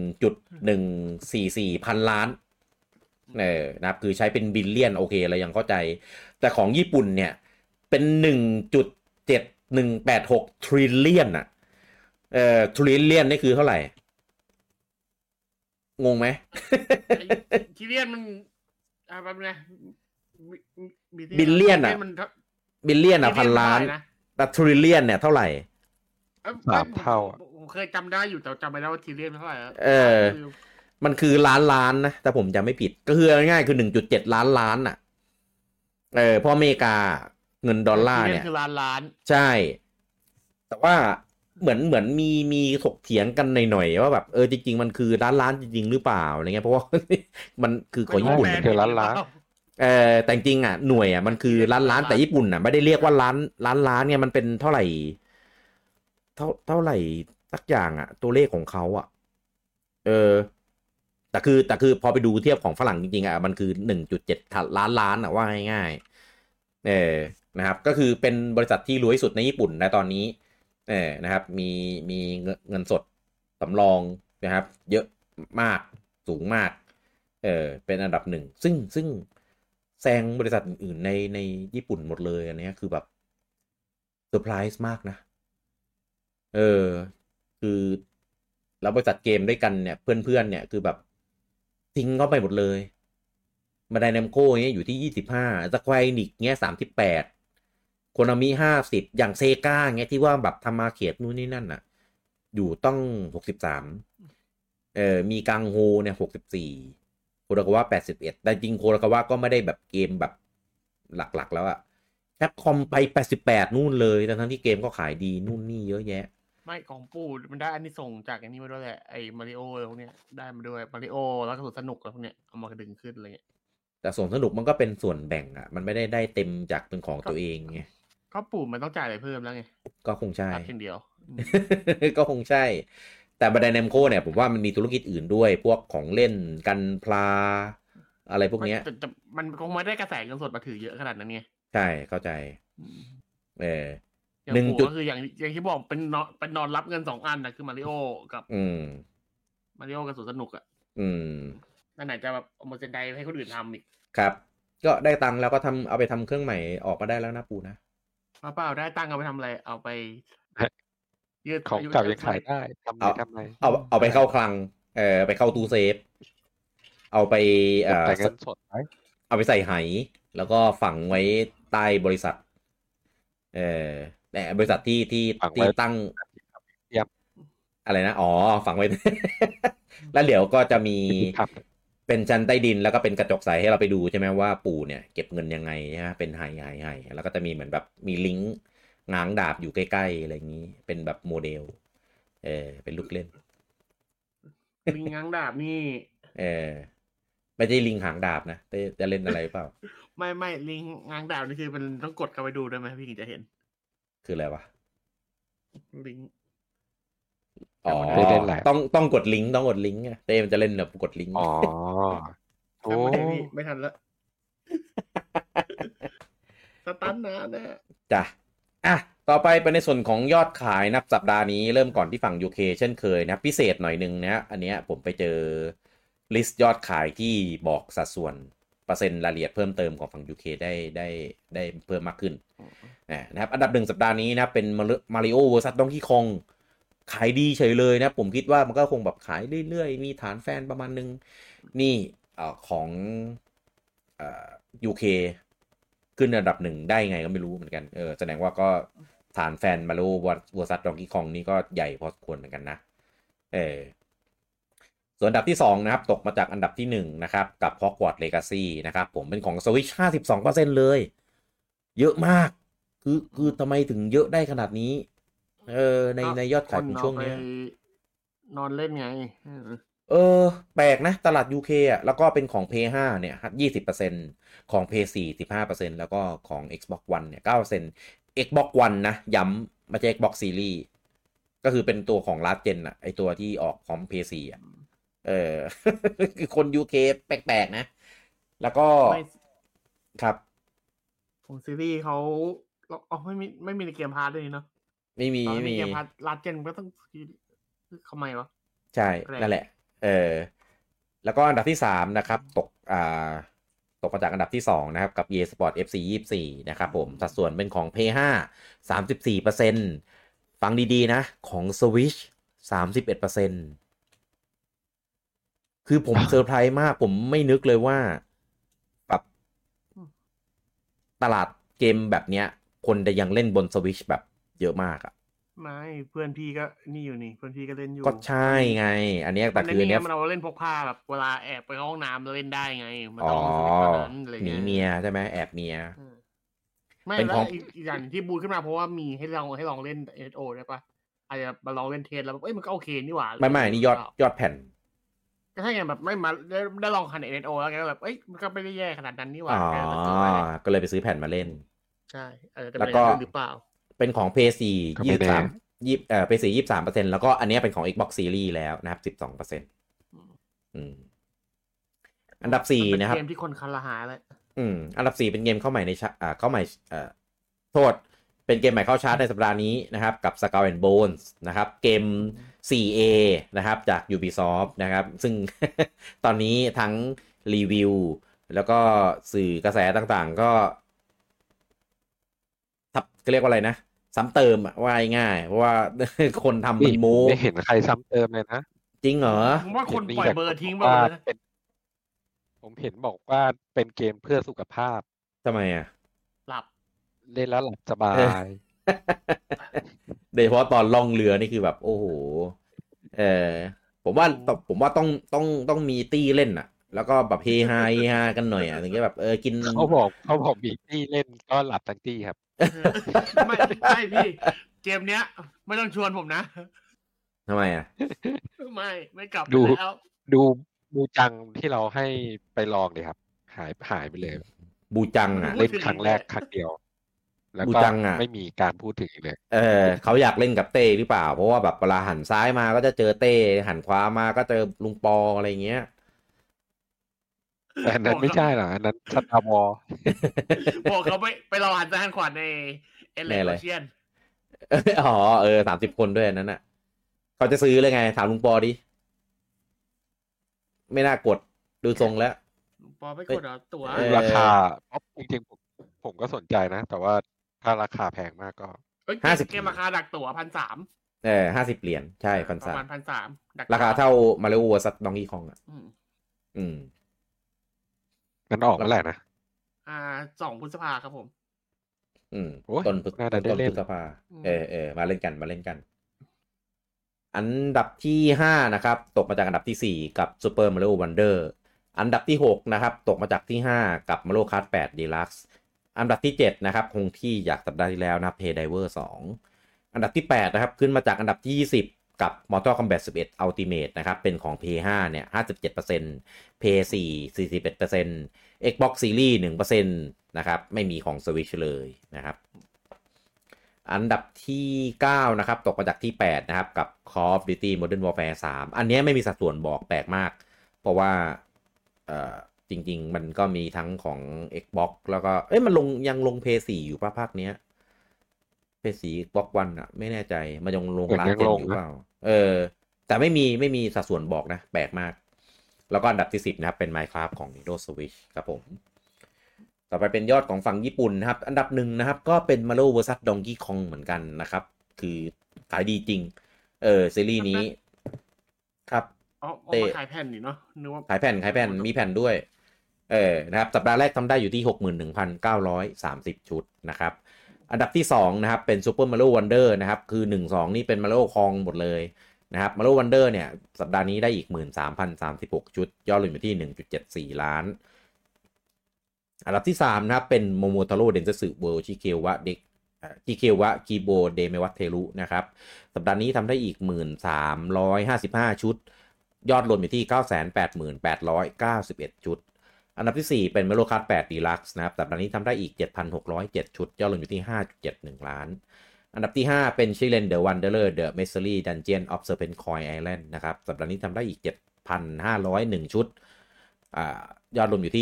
1.144 พันล้านนะครับคือใช้เป็นบิลเลียนโอเคเรายังเข้าใจแต่ของญี่ปุ่นเนี่ยเป็น 1.7186 ทริลเลียนอะทริลเลียนนี่คือเท่าไหร่งงไหมทีเรียนมันแป๊บนึงนะบิลเลียนอะบิลเลียนอะพันล้านแต่ทริลเลียนเนี่ยเท่าไหร่ 3 เท่าผมเคยจำได้อยู่แต่จำไม่ได้ว่าทีเรียนเท่าไหร่มันคือล้านนะแต่ผมจำไม่ผิดก็คือง่ายๆคือ 1.7 ล้านอ่ะเพราะอเมริกาเงินดอลลาร์เนี่ยคือล้านใช่แต่ว่าเหมือนมีถกเถียงกันหน่อยๆว่าแบบจริงๆมันคือล้านจริงๆหรือเปล่าอะไรเงี้ยเพราะว่า มันคือของญี่ปุ่นคือล้านแต่จริงอ่ะหน่วยอ่ะมันคือล้านแต่ญี่ปุ่นอ่ะไม่ได้เรียกว่าล้านเนี่ยมันเป็นเท่าไหร่เท่าไหร่สักอย่างอ่ะตัวเลขของเขาอ่ะแต่คือพอไปดูเทียบของฝรั่งจริงๆอ่ะมันคือ 1.7 ล้านอ่ะว่าง่ายๆนะครับก็คือเป็นบริษัทที่รวยที่สุดในญี่ปุ่นในตอนนี้นะครับมีเงินสดสำรองนะครับเยอะมากสูงมากเป็นอันดับหนึ่งซึ่งแซงบริษัทอื่นๆในญี่ปุ่นหมดเลยอันนี้คือแบบเซอร์ไพรส์มากนะคือแล้วบริษัทเกมด้วยกันเนี่ยเพื่อนๆเนี่ยคือแบบทิ้งเข้าไปหมดเลยมาไดนามิโกเงี้ยอยู่ที่25สแควร์นิกเงี้ย38โคนามิ50อย่างเซกาเงี้ยที่ว่าแบบทำมาเขียดนู่นนี่นั่นน่ะอยู่ต้อง63มีกังโฮเนี่ย64โคดากาวะ81แต่จริงโคดากาวะก็ไม่ได้แบบเกมแบบหลักๆแล้วอะแคปคอมไป88นู่นเลยทั้งที่เกมก็ขายดีนู่นนี่เยอะแยะไม่ของปู่มันได้อันนี้ส่งจากอันนี้มาด้วยแหละไอ้มาริโออะไรพวกเนี้ยได้มาด้วยมาริโอแล้วก็สนุกอะไรพวกเนี้ยเอามาดึงขึ้นอะไรเงี้ยแต่ส่วนสนุกมันก็เป็นส่วนแบ่งอ่ะมันไม่ได้เต็มจากเป็นของตัวเองไงก็ปู่มันต้องจ่ายอะไรเพิ่มแล้วไงก็คงใช่เพียงเดียวก็คงใช่แต่บันไดเนมโคเนี่ยผมว่ามันมีธุรกิจอื่นด้วยพวกของเล่นกันพลาอะไรพวกเนี้ยแต่มันคงไม่ได้กระแสเงินสดมาถือเยอะขนาดนั้นไงใช่เข้าใจอย่างปู่ก็คืออย่างที่บอกเป็นนอนรับเงิน2 อันนะคือมาริโอกับมาริโอกับสวนสนุกอ่ะนั่นไหนจะแบบเอามาเซ็นไดให้คนอื่นทำอีกครับก็ได้ตังค์แล้วก็เอาไปทำเครื่องใหม่ออกมาได้แล้วนะปู่นะเปล่าได้ตังค์เอาไปทำอะไรเอาไปยืดของเก่ายังขายได้ทำอะไรเอาไปเข้าคลังไปเข้าตู้เซฟเอาไปแต่เงินสดเอาไปใส่ไหแล้วก็ฝังไว้ใต้บริษัทแต่บริษัทที่ตั้งอะไรนะอ๋อฝังไว้ แล้วเดี๋ยวก็จะมีเป็นชั้นใต้ดินแล้วก็เป็นกระจกใสให้เราไปดูใช่ไหมว่าปู่เนี่ยเก็บเงินยังไงใช่ไหมเป็นไฮแล้วก็จะมีเหมือนแบบมีลิงก์ง้างดาบอยู่ใกล้ๆอะไรอย่างนี้เป็นแบบโมเดลเป็นลูกเล่นลิงง้างดาบนี่ไม่ใช่ลิงหางดาบนะจะเล่นอะไรเปล่าไม่ลิงง้างดาบนี่คือมันต้องกดเข้าไปดูด้วยไหมพี่ถึงจะเห็นคืออะไรวะลิงอ๋อต้องกดลิงก์ไงเต้มันจะเล่นแบบกดลิงก์อ๋อโอ้ไม่ทันแล้วสตันนะจ้ะต่อไปเป็นในส่วนของยอดขายนับสัปดาห์นี้เริ่มก่อนที่ฝั่ง UK เช่นเคยนะพิเศษหน่อยนึงนะอันเนี้ยผมไปเจอลิสต์ยอดขายที่บอกสัดส่วนเปอร์เซ็นต์รายละเอียดเพิ่มเติมของฝั่ง UK ได้เพิ่มมากขึ้นนะครับอันดับ1สัปดาห์นี้นะเป็น Mario vs Donkey Kong ขายดีเฉยเลยนะผมคิดว่ามันก็คงแบบขายเรื่อยๆมีฐานแฟนประมาณนึงนี่ของUK ขึ้นอันดับ1ได้ไงก็ไม่รู้เหมือนกันแสดงว่าก็ฐานแฟนมาโลวอร์ซัสดองกี้คองนี่ก็ใหญ่พอสมควรเหมือนกันนะส่วนอันดับที่2นะครับตกมาจากอันดับที่1นะครับกับ Hogwarts Legacy นะครับผมเป็นของ Switch 52% เลยเยอะมากคือทำไมถึงเยอะได้ขนาดนี้ในยอดขายของช่วงนี้นอนเล่นไงแปลกนะตลาด UK อ่ะแล้วก็เป็นของ PS5 เนี่ย 20% ของ PS4 15% แล้วก็ของ Xbox One เนี่ย 9% Xbox One นะย้ำไม่ใช่ Xbox Series ก็คือเป็นตัวของ Last Gen อ่ะไอตัวที่ออกของ PS4 อ่ะคือคน UK แปลกๆนะแล้วก็ครับของซีรีส์เขาไม่มีในเกมพาร์ทด้วยเนาะไม่มีเกมพาร์ทLast Gen ก็ต้องทำไมวะใช่นั่นแหละแล้วก็อันดับที่3นะครับตกมาจากอันดับที่2นะครับกับ EA Sport FC 24นะครับผมสัดส่วนเป็นของ PS5 34% ฟังดีๆนะของ Switch 31% คือผมเซอร์ไพรส์มากผมไม่นึกเลยว่าแบบตลาดเกมแบบเนี้ยคนจะยังเล่นบน Switch แบบเยอะมากอ่ะไม่เพื่อนพี่ก็นี่อยู่นี่เพื่อนพี่ก็เล่นอยู่ก็ใช่ไงอันนี้แต่คือเนี้ยมันเอาเล่นพกพาแบบเวลาแอบไปห้องน้ำแล้วเล่นได้ไงมันต้องสวิตช์ตอนนั้นอะไรเงี้ยหนีเมียใช่ไหมแอบเมียไม่แล้วอีกอย่างที่บูทขึ้นมาเพราะว่ามีให้ลองเล่น NSO ได้ปะอาจจะมาลองเล่นเทสแล้วมันก็โอเคนี่หว่าไม่นี่ยอดแผ่นก็ใช่ไงแบบไม่มาได้ลองคัน NSO แล้วก็แบบมันก็ไม่ได้แย่ขนาดนั้นนี่หว่าก็เลยไปซื้อแผ่นมาเล่นใช่แล้วก็หรือเปล่าเป็นของ PS4 PS4 23% แล้วก็อันนี้เป็นของ Xbox Series แล้วนะครับ 12%อันดับ4นะครับเกมที่คนคันละหาเลยอันดับ4เป็นเกมเข้าใหม่ในเข้าใหม่โทษเป็นเกมใหม่เข้าชาร์ตในสัปดาห์นี้นะครับกับ Skull and Bones นะครับเกม 4A นะครับจาก Ubisoft นะครับซึ่ง ตอนนี้ทั้งรีวิวแล้วก็สื่อกระแสต่างๆก็เรียกว่าอะไรนะซ้ำเติมว่าง่ายเพราะว่าคนทำมันโม้ไม่เห็นใครซ้ำเติมเลยนะจริงเหรอผมว่าคนปล่อยเบอร์ทิ้งไปเลยนะผมเห็นบอกว่าเป็นเกมเพื่อสุขภาพทำไมอ่ะหลับเล่นแล้วหลับสบายโดยเฉพาะตอนล่องเรือนี่คือแบบโอ้โหผมว่าต้องมีตี้เล่นอ่ะแล้วก็แบบเฮฮากันหน่อยอ่ะถึงจะแบบกินเขาบอกมีตี้เล่นก็หลับทั้งตี้ครับไม่พี่เกมเนี้ยไม่ต้องชวนผมนะทำไมอ่ะไม่กลับแล้วดูบูจังที่เราให้ไปลองเลยครับหายไปเลยบูจังอ่ะเล่นครั้งแรกครั้งเดียวแล้วก็ไม่มีการพูดถึงเลยเขาอยากเล่นกับเต้หรือเปล่าเพราะว่าแบบเวลาหันซ้ายมาก็จะเจอเต้หันขวามาก็เจอลุงปออะไรเงี้ยแต่นั้นไม่ใช่หรออันนั้นสตาร์วอร์บอกเขาไปรอหันซ้ายหันขวาในเอเลเชียน 30 คนด้วยนั้นน่ะเขาจะซื้อเลยไงถามลุงปอดิไม่น่ากดดูทรงแล้วลุงปอไม่กดตั๋วราคาจริงๆผมก็สนใจนะแต่ว่าถ้าราคาแพงมากก็ 50เกมราคาดักตั๋ว1,300 50 เหรียญใช่1,300 ประมาณ1,300 ราคาเท่ามาริโอซัดดองกี้คองอ่ะมันออกเมื่อไหร่นะ 2 พฤษภาครับผมต้นพฤษภามาเล่นกันอันดับที่5นะครับตกมาจากอันดับที่4กับ Super Mario Wonder อันดับที่6นะครับตกมาจากที่5กับ Mario Kart 8 Deluxe อันดับที่7นะครับคงที่จากสัปดาห์ที่แล้วนะ Paydiver 2อันดับที่8นะครับขึ้นมาจากอันดับที่20กับ Mortal Kombat 11 Ultimate นะครับเป็นของ PS5 เนี่ย 57% PS4 41% Xbox Series 1% นะครับไม่มีของ Switch เลยนะครับอันดับที่9นะครับตกมาจากที่8นะครับกับ Call of Duty Modern Warfare 3อันนี้ไม่มีสัดส่วนบอกแปลกมากเพราะว่าจริงๆมันก็มีทั้งของ Xbox แล้วก็มันยังลง PS4 อยู่ป่ะภาคเนี้ย PS4 Xbox One อ่ะไม่แน่ใจมันยังลงร้านเต็มอยู่เปล่าแต่ไม่มีสัดส่วนบอกนะแปลกมากแล้วก็อันดับที่10นะครับเป็น Minecraft ของ Nintendo Switch ครับผมต่อไปเป็นยอดของฝั่งญี่ปุ่นนะครับอันดับ1นะครับก็เป็น Mario vs Donkey Kong เหมือนกันนะครับคือขายดีจริงซีรีส์นี้ครับขายแผ่นนี่เนาะนึกว่าขายแผ่นมีแผ่นด้วยนะครับสัปดาห์แรกทำได้อยู่ที่ 61,930 ชุดนะครับอันดับที่2นะครับเป็น Super Mario Wonder นะครับคือ 1-2 นี่เป็น Mario Kong หมดเลยนะครับ Mario Wonder เนี่ยสัปดาห์นี้ได้อีก 13,036 ชุดยอดรวมอยู่ที่ 1.74 ล้านอันดับที่3นะครับเป็น Momotaro Densetsu World Chikewwa Kibo Demewateru นะครับสัปดาห์นี้ทำได้อีก 1,355 ชุดยอดรวมอยู่ที่ 980,891 ชุดอันดับที่4เป็น Mario Kart 8 Deluxe นะครับสัปดาห์นี้ทำได้อีก 7,607 ชุดยอดรวมอยู่ที่ 5.71 ล้านอันดับที่5เป็น Shiren the Wanderer The Mystery Dungeon of Serpent Coin Island นะครับสัปดาห์นี้ทำได้อีก 7,501 ชุดยอดรวมอยู่ที่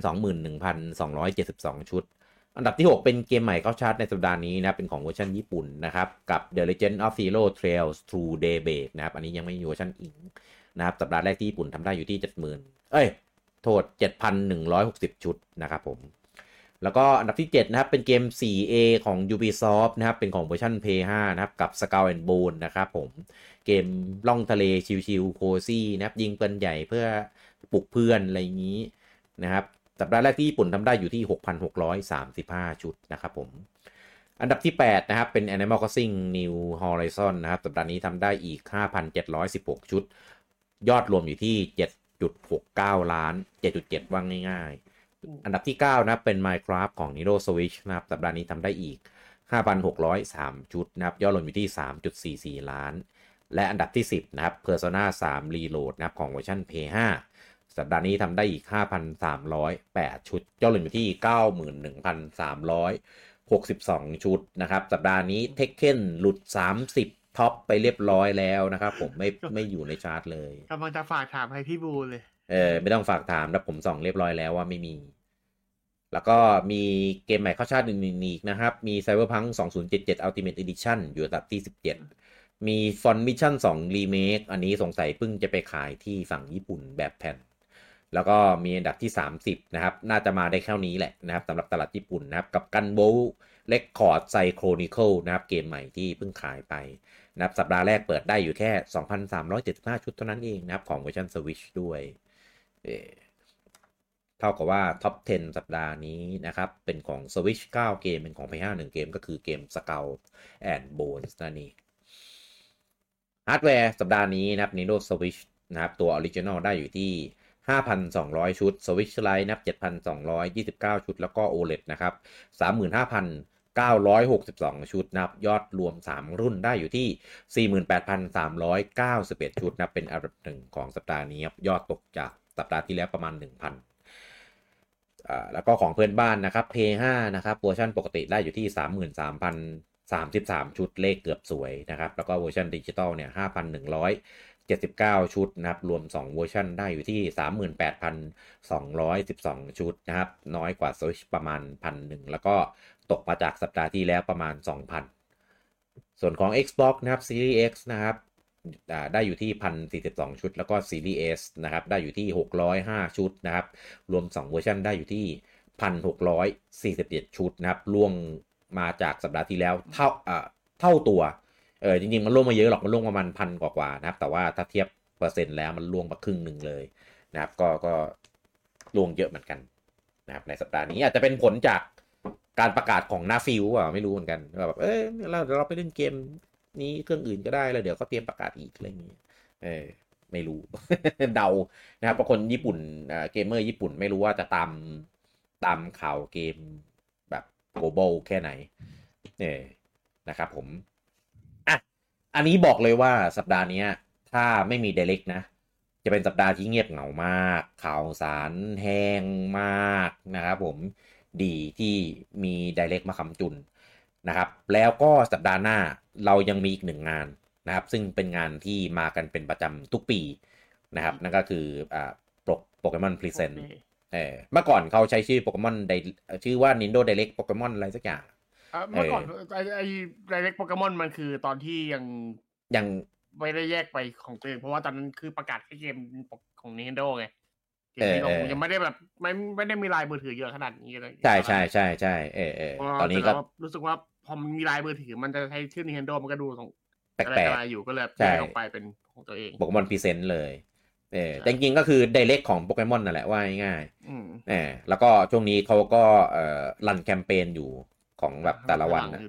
121,272 ชุดอันดับที่6เป็นเกมใหม่เข้าชาร์ตในสัปดาห์นี้นะเป็นของเวอร์ชันญี่ปุ่นนะครับกับ The Legend of Zero Trails Through Daybreak นะครับอันนี้ยังไม่มีเวอร์ชันอิงนะครับสัปดาห์แรกที่ญี่ปุ่นทำได้อยู่ที่ 7,160 ชุดนะครับผมแล้วก็อันดับที่7นะครับเป็นเกม 4A ของ Ubisoft นะครับเป็นของเวอร์ชัน PS5 นะครับกับ Skull and Bones นะครับผมเกมล่องทะเลชิลๆโคซี่นะครับยิงปืนใหญ่เพื่อปลุกเพื่อนอะไรอย่างนี้นะครับสัปดาห์แรกที่ญี่ปุ่นทำได้อยู่ที่ 6,635 ชุดนะครับผมอันดับที่8นะครับเป็น Animal Crossing New Horizon นะครับสัปดาห์นี้ทำได้อีก 5,716 ชุดยอดรวมอยู่ที่ 7.69 ล้าน 7.7 ว่างง่ายๆอันดับที่9นะครับเป็น Minecraft ของ Nintendo Switch นะครับสัปดาห์นี้ทำได้อีก 5,603 ชุดนะครับยอดรวมอยู่ที่ 3.44 ล้านและอันดับที่10นะครับ Persona 3 Reload นะครับของเวอร์ชัน PS5 สัปดาห์นี้ทำได้อีก 5,308 ชุดยอดรวมอยู่ที่ 91,362 ชุดนะครับสัปดาห์นี้ Tekken หลุด30ท็อปไปเรียบร้อยแล้วนะครับผมไม่อยู่ในชาร์ตเลยกำลังจะฝากถามให้พี่บูเลยไม่ต้องฝากถามแล้วผมส่องเรียบร้อยแล้วว่าไม่มีแล้วก็มีเกมใหม่เข้าชาร์ตอื่นๆอีกนะครับมี Cyberpunk 2077 Ultimate Edition อยู่อันดับที่17มี Font Mission 2 Remake อันนี้สงสัยเพิ่งจะไปขายที่ฝั่งญี่ปุ่นแบบแผ่นแล้วก็มีอันดับที่30นะครับน่าจะมาได้แค่นี้แหละนะครับสำหรับตลาดญี่ปุ่นนะครับกับ Gunvolt Record Cychronicle นะครับเกมใหม่ที่เพิ่งขายไปนะครับสัปดาห์แรกเปิดได้อยู่แค่ 2,375 ชุดเท่านั้นเองนะครับของเวอร์ชัน Switch ด้วยเท่ากับว่าท็อป 10 สัปดาห์นี้นะครับเป็นของ Switch 9 เกมเป็นของ PS5 1 เกมก็คือเกม Skull and Bones นั่นเองฮาร์ดแวร์สัปดาห์นี้นะครับ Nintendo Switch นะครับตัว Original ได้อยู่ที่ 5,200 ชุด Switch Lite นับ 7,229 ชุดแล้วก็ OLED นะครับ 35,962 ชุดนับยอดรวม3รุ่นได้อยู่ที่ 48,391 ชุดนับเป็นอันดับ1ของสัปดาห์นี้ครับยอดตกจากสัปดาห์ที่แล้วประมาณ 1,000แล้วก็ของเพื่อนบ้านนะครับ PS5 นะครับเวอร์ชันปกติได้อยู่ที่ 33,033 ชุดเลขเกือบสวยนะครับแล้วก็เวอร์ชันดิจิตอลเนี่ย 5,179 ชุดนะครับรวม2เวอร์ชันได้อยู่ที่ 38,212 ชุดนะครับน้อยกว่า Switch ประมาณ 1,001 แล้วก็ตกมาจากสัปดาห์ที่แล้วประมาณ 2,000 ส่วนของ Xbox นะครับ Series X นะครับได้อยู่ที่ 1,042 ชุดแล้วก็ Series S นะครับได้อยู่ที่605 ชุดนะครับรวม2เวอร์ชันได้อยู่ที่ 1,647 ชุดนะครับล่วงมาจากสัปดาห์ที่แล้วเท่าตัวจริงๆมันล่วงมาเยอะหรอกมันล่วงประมาณ 1,000 กว่าๆนะครับแต่ว่าถ้าเทียบเปอร์เซ็นต์แล้วมันล่วงมาครึ่งหนึ่งเลยนะครับก็ล่วงเยอะเหมือนกันนะครับในสัปดาห์นี้อาจจะเป็นผลจากการประกาศของนาฟิลไม่รู้เหมือนกันว่าแบบเราไปเล่นเกมนี้เครื่องอื่นก็ได้แล้วเดี๋ยวก็เตรียมประกาศอีกอะไรอย่างนี้ไม่รู้ เดานะครับเพราะคนญี่ปุ่นเกมเมอร์ญี่ปุ่นไม่รู้ว่าจะตามข่าวเกมแบบ global แค่ไหนนะครับผมอันนี้บอกเลยว่าสัปดาห์นี้ถ้าไม่มี Direct นะจะเป็นสัปดาห์ที่เงียบเหงามากข่าวสารแห้งมากนะครับผมดีที่มี Direct มาค้ำจุนนะครับแล้วก็สัปดาห์หน้าเรายังมีอีก1งานนะครับซึ่งเป็นงานที่มากันเป็นประจำทุกปีนะครับนั่นก็คือโปเกมอนพรีเซนต์เมื่อก่อนเขาใช้ชื่อโปเกมอนชื่อว่า Nintendo Direct โปเกมอนอะไรสักอย่างเมื่อก่อนไอ้ Direct โปเกมอนมันคือตอนที่ยังไม่ได้แยกไปของตัวเองเพราะว่าตอนนั้นคือประกาศแค่เกมของ Nintendo ไงเกมนี้ยังไม่ได้แบบไม่ได้มีลายมือถือเยอะขนาดนี้เลยใช่ตอนนี้ก็รู้สึกว่าพอมีลายมือถือมันจะใช้ชื่อ Nintendo มันก็ดูแปลกๆอยู่ก็เลยแยกออกไปเป็นของตัวเองโปเกมอนพรีเซนต์เลยแต่จริงๆก็คือ Direct ของโปเกมอนนั่นแหละว่าง่ายๆแล้วก็ช่วงนี้เขาก็รันแคมเปญอยู่ของแบบแต่ละวัน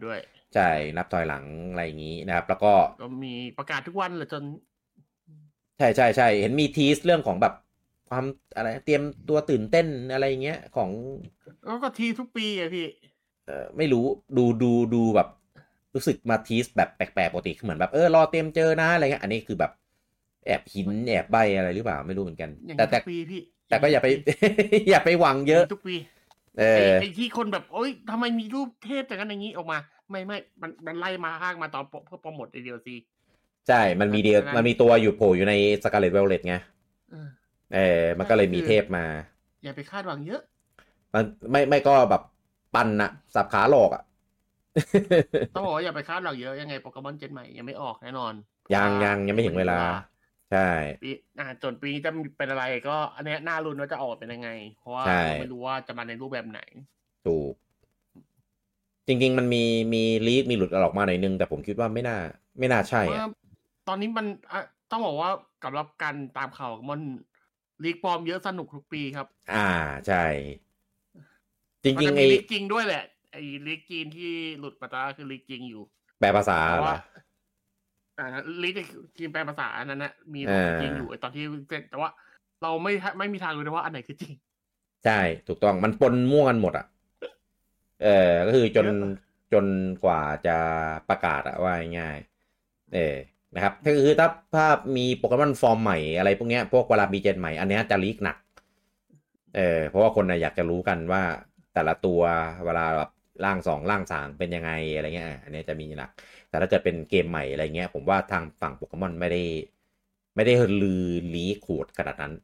ใช่นับถอยหลังอะไรอย่างนี้นะครับแล้วก็มีประกาศทุกวันเลยจนใช่ใช่ใช่เห็นมีทีสเรื่องของแบบความอะไรเตรียมตัวตื่นเต้นอะไรเงี้ยของแล้วก็ทีทุกปีอะพี่ไม่รู้ดูแบบรู้สึกมาทีสแบบแปลกๆปกติเหมือนแบบรอเตรียมเจอนะอะไรเงี้ยอันนี้คือแบบแอบหินแอบใบอะไรหรือเปล่าไม่รู้เหมือนกันแต่ปีพี่แต่ก็อย่าไป อย่าไปหวังเยอะทุกปีไอ้ที่คนแบบโอ๊ยทำไมมีรูปเทพแต่กันอย่างนี้ออกมาไม่มันไล่มาห้างมาตอนเพื่อโปรโมทในDLC ใช่มันมีตัวอยู่โผล่อยู่ใน Scarlet Violet ไงมันก็เลยมีเทพมาอย่าไปคาดหวังเยอะมันไม่ก็แบบปั่นอะสับขาหลอกอะต้องบอกว่าอย่าไปคาดหวังเยอะยังไงโปเกมอนเจนใหม่ยังไม่ออกแน่นอนยังไม่ถึงเวลาใช่จนปีนี้จะเป็นอะไรก็อันนี้น่าลุ้นว่าจะออกเป็นยังไงเพราะว่าไม่รู้ว่าจะมาในรูปแบบไหนถูกจริงๆมันมีลีกมีหลุดออกมาหน่อยนึงแต่ผมคิดว่าไม่น่าใช่ตอนนี้มันต้องบอกว่ากับรับการตามข่าวมันลีกปลอมเยอะสนุกทุกปีครับใช่จริงๆไอ้ลีกจริงด้วยแหละไอ้ลีกจีนที่หลุดมาตาคือลีกจริงอยู่แปลภาษาเหรอลีกทีมแปลภาษาอันนั้นนะมีจริงอยู่ตอนที่แต่ว่าเราไม่มีทางรู้ได้ว่าอันไหนคือจริงใช่ถูกต้องมันปนมั่วกันหมดอ่ะก็คือจนกว่าจะประกาศอะว่าง่ายนะครับคือถ้ามีโปเกมอนฟอร์มใหม่อะไรพวกเนี้ยพวกเวลามีเจนใหม่อันนี้จะลีกหนักเพราะว่าคนอยากจะรู้กันว่าแต่ละตัวเวลาแบบร่าง2ร่าง3เป็นยังไงอะไรเงี้ยอันนี้จะมีหนักแต่ถ้าเกิดเป็นเกมใหม่อะไรเงี้ยผมว่าทางฝั่งโปเกมอนไม่ได้ลือลีกขูดขนาดนั้น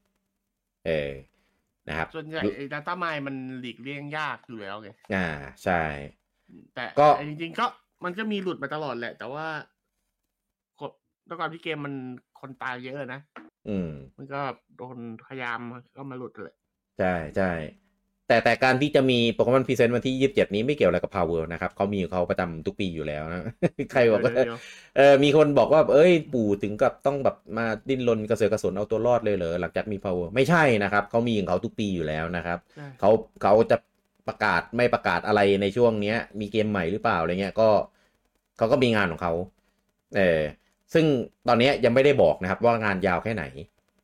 นะครับส่วนใหญ่ Data Mine มันหลีกเลี่ยงยากอยู่แล้วไงใช่แต่จริงๆก็มันก็มีหลุดมาตลอดแหละแต่ว่าด้วยความที่เกมมันคนตายเยอะนะมันก็โดนพยายามก็มาหลุดเลยใช่ใช่แต่การที่จะมีโปเกมอนพรีเซนต์วันที่27นี้ไม่เกี่ยวอะไรกับ Power นะครับเขามีเขาประจำทุกปีอยู่แล้วนะใครบอกว่ามีคนบอกว่าปู่ถึงกับต้องแบบมาดิ้นรนกระเสือกกระสนเอาตัวรอดเลยเหรอหลังจากมี Power ไม่ใช่นะครับเขามีของเขาทุกปีอยู่แล้วนะครับเขาจะประกาศไม่ประกาศอะไรในช่วงนี้มีเกมใหม่หรือเปล่าอะไรเงี้ยก็เขาก็มีงานของเขาซึ่งตอนนี้ยังไม่ได้บอกนะครับว่างานยาวแค่ไหน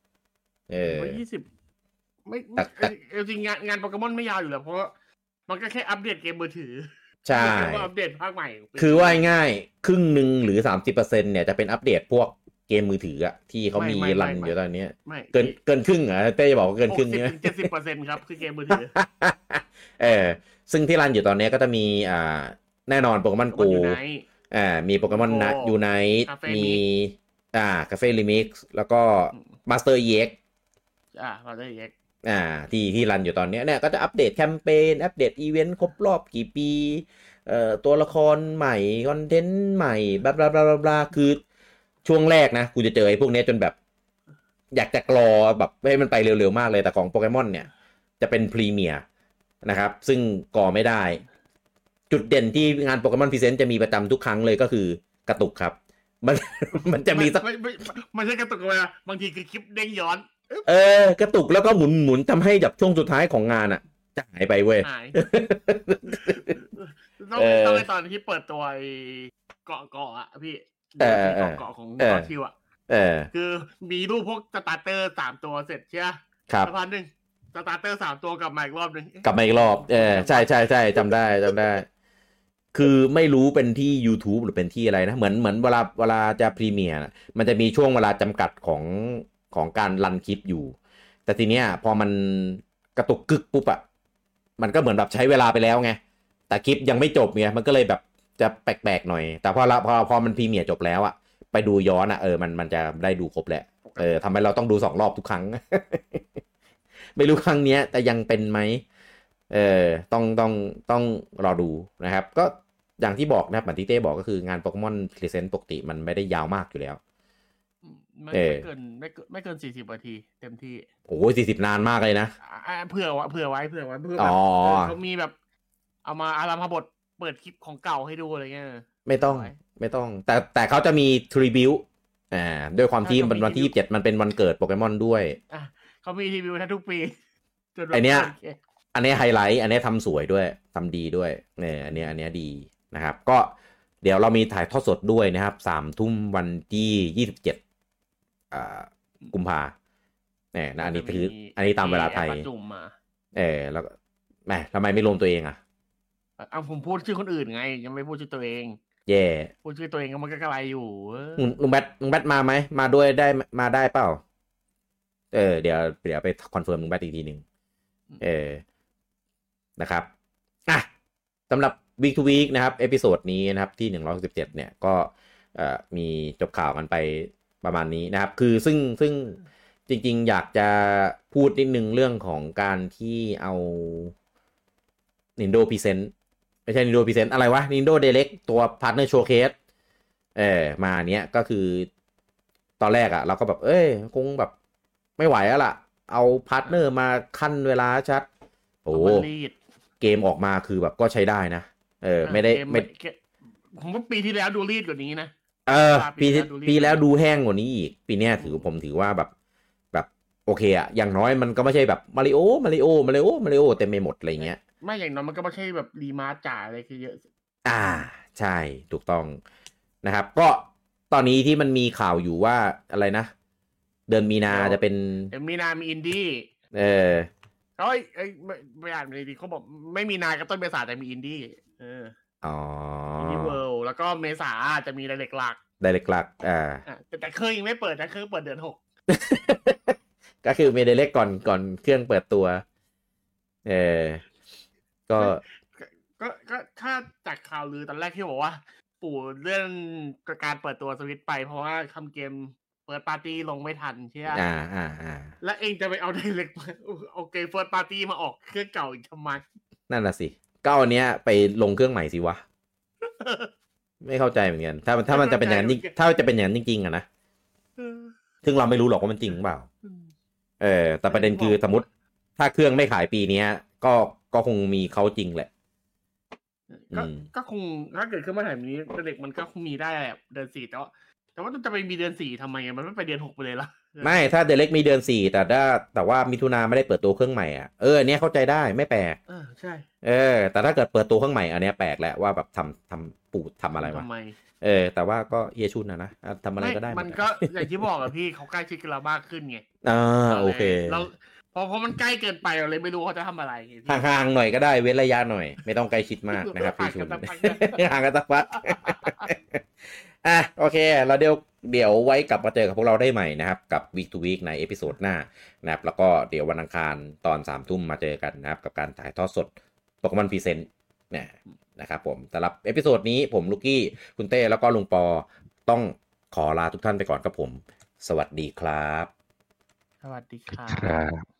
20ไม่จริงงานโปเกมอนไม่ยาวอยู่แล้วเพราะมันก็แค่อัปเดตเกมมือถือใช่อัปเดตภาคใหม่คือว่าง่ายครึ่งหนึ่งหรือ 30% เนี่ยจะเป็นอัปเดตพวกเกมมือถืออะที่เขามีรันอยู่ตอนนี้เกินครึ่งเหรอเต้จะบอกว่าเกินครึ่งเนี่ย 70%ครับคือเกมมือถือซึ่งที่รันอยู่ตอนนี้ก็จะมีแน่นอนโปเกมอนโกมีโปเกมอนนัทยูไนท์มีคาเฟ่ลิมิกซ์แล้วก็มาสเตอร์เอ็กมาสเตอร์เอ็กที่รันอยู่ตอนนี้เนี่ยก็จะอัปเดตแคมเปญอัปเดตอีเวนต์ครบรอบกี่ปีตัวละครใหม่คอนเทนต์ใหม่บลาบลาบลาบลาคือช่วงแรกนะกูจะเจอไอ้พวกนี้จนแบบอยากจะกรอแบบให้มันไปเร็วๆมากเลยแต่ของโปเกมอนเนี่ยจะเป็นพรีเมียร์นะครับซึ่งกรอไม่ได้จุดเด่นที่งานโปเกมอนพรีเซนต์จะมีประจำทุกครั้งเลยก็คือกระตุกครับมันจะมีสักไม่ใช่กระตุกเลยบางทีคือคลิปเด้งย้อนกระตุกแล้วก็หมุนทำให้แบบช่วงสุดท้ายของงานอ่ะจะหายไปเว้ยต้องในตอนที่เปิดตัวเกาะอ่ะพี่เกาะของกอทิวอ่ะคือมีรูปพวกสตาร์เตอร์3ตัวเสร็จใช่ไหมครับสักพักนึงสตาร์เตอร์3ตัวกลับมาอีกรอบนึงใช่จำได้คือไม่รู้เป็นที่ YouTube หรือเป็นที่อะไรนะเหมือนเวลาจะพรีเมียร์มันจะมีช่วงเวลาจำกัดของการรันคลิปอยู่แต่ทีเนี้ยพอมันกระตุกกึกปุ๊บอะมันก็เหมือนแบบใช้เวลาไปแล้วไงแต่คลิปยังไม่จบไงมันก็เลยแบบจะแปลกๆหน่อยแต่พอมันพรีเมียร์จบแล้วอะไปดูย้อนอะมันจะได้ดูครบแหละทำไมเราต้องดู2 รอบทุกครั้ง ไม่รู้ครั้งเนี้ยแต่ยังเป็นไหมต้องรอดูนะครับก็อย่างที่บอกนะครับเหมือนที่เต้บอกก็คืองานโปเกมอนพรีเซนต์ปกติมันไม่ได้ยาวมากอยู่แล้วไม่เกิน40 นาทีเต็มที่โอ้ย40นานมากเลยนะเผื่อไว้เขามีแบบเอามาอารัมพบทเปิดคลิปของเก่าให้ดูอะไรเงี้ยไม่ต้องแต่เขาจะมีทริบิวด้วยความที่วันที่27มันเป็นวันเกิดโปเกมอนด้วยเขามีทริบิวทุกปีอันนี้ไฮไลท์อันนี้ทำสวยด้วยทำดีด้วยเนี่ยอันนี้ดีนะครับก็เดี๋ยวเรามีถ่ายทอดสดด้วยนะครับ3 ทุ่มวันที่27กุมภาเนี่ยนะอันนี้คืออันนี้ตามเวลาไทยแล้วแหมทำไมไม่รวมตัวเองอ่ะผมพูดชื่อคนอื่นไงยังไม่พูดชื่อตัวเองพูดชื่อตัวเองก็มันก็กระไรอยู่ลุงแบทมาไหมมาด้วยได้เปล่าเดี๋ยวไปคอนเฟิร์มลุงแบทอีกทีหนึ่งนะครับสำหรับ Week to Week นะครับเอพิโซดนี้นะครับที่117เนี่ยก็มีจบข่าวกันไปประมาณนี้นะครับคือซึ่งจริงๆอยากจะพูดนิดนึงเรื่องของการที่เอา Nintendo Present ไม่ใช่ Nintendo Present อะไรวะ Nintendo Direct ตัว Partner Showcase มาเนี้ยก็คือตอนแรกเราก็แบบคงแบบไม่ไหวแล้วล่ะเอาพาร์ทเนอร์มาขั้นเวลาชัดโอ้เกมออกมาคือแบบก็ใช้ได้นะไม่ผมว่าปีที่แล้วดูรีดกว่านี้นะปีแล้วดูแห้งกว่านี้อีกปีเนี้ยผมถือว่าแบบโอเคอะอย่างน้อยมันก็ไม่ใช่แบบมาริโอเต็มไปหมดอะไรเงี้ยไม่อย่างน้อยมันก็ไม่ใช่แบบรีมาสจ๋าอะไรคือเยอะใช่ถูกต้องนะครับก็ตอนนี้ที่มันมีข่าวอยู่ว่าอะไรนะเดือนมีนาจะเป็นมีนามีอินดี้ไม่อ่านเลยดิเขาบอกไม่มีนาก็ต้นเมษาแต่มีอินดี้อินดี้เวิลด์แล้วก็เมษาจะมีไดเรกหลักแต่เครื่องยังไม่เปิดนะเครื่องเปิดเดือน6 ก็คือมีไดเรกก่อนเครื่องเปิดตัวก็ถ้าจากข่าวลือตอนแรกที่บอกว่าปู่เรื่องการเปิดตัวสวิตไปเพราะว่าทำเกมเฟิร์สปาร์ตี้ลงไม่ทันใช่ไหมแล้วเองจะไปเอาไดเรกเอาเกมเฟิร์สปาร์ตี้มาออกเครื่องเก่าอีกทำไมนั่นน่ะสิก็อันเนี้ยไปลงเครื่องใหม่สิวะ ไม่เข้าใจเหมือนกันถ้ามันจะเป็นอย่างนั้นถ้าจะเป็นอย่างนั้นจริงๆอะนะซึ่งเราไม่รู้หรอกว่ามันจริงเปล่าแต่ประเด็นคือสมมติถ้าเครื่องไม่ขายปีนี้ก็คงมีเขาจริงแหละก็คงถ้าเกิดขึ้นมาถ่ายนี้เด็กมันก็คงมีได้แหละเดือน4แต่ว่าจะไปมีเดือน4ทำไมมันไม่ไปเดือน6ไปเลยล่ะไม่ถ้าเดเล็กมีเดือน4แต่ว่ามิถุนาไม่ได้เปิดตัวเครื่องใหม่อ่ะอันนี้เข้าใจได้ไม่แปลกใช่แต่ถ้าเกิดเปิดตัวเครื่องใหม่อันนี้แปลกแหละว่าแบบทำปูดทำอะไรวะแต่ว่าก็เฮียชุนนะทำอะไรก็ได้มันก็อย่างที่บอกอะพี่เขาใกล้ชิดกันเรามากขึ้นไงโอเคเราเพราะมันใกล้เกินไปเราเลยไม่รู้เขาจะทำอะไรห่างๆหน่อยก็ได้เว้นระยะหน่อยไม่ต้องใกล้ชิดมากนะครับพี่ชุนห่างกันสักพักโอเคแล้วเดี๋ยวไว้กลับมาเจอกับพวกเราได้ใหม่นะครับกับ Week to Week ในเอพิโซดหน้านะครับแล้วก็เดี๋ยววันอังคารตอน 3 ทุ่มมาเจอกันนะครับกับการถ่ายทอดสดโปเกมอนพรีเซนต์นะครับผมสำหรับเอพิโซดนี้ผมลูกกี้คุณเต้แล้วก็ลุงปอต้องขอลาทุกท่านไปก่อนครับผมสวัสดีครับสวัสดีครับ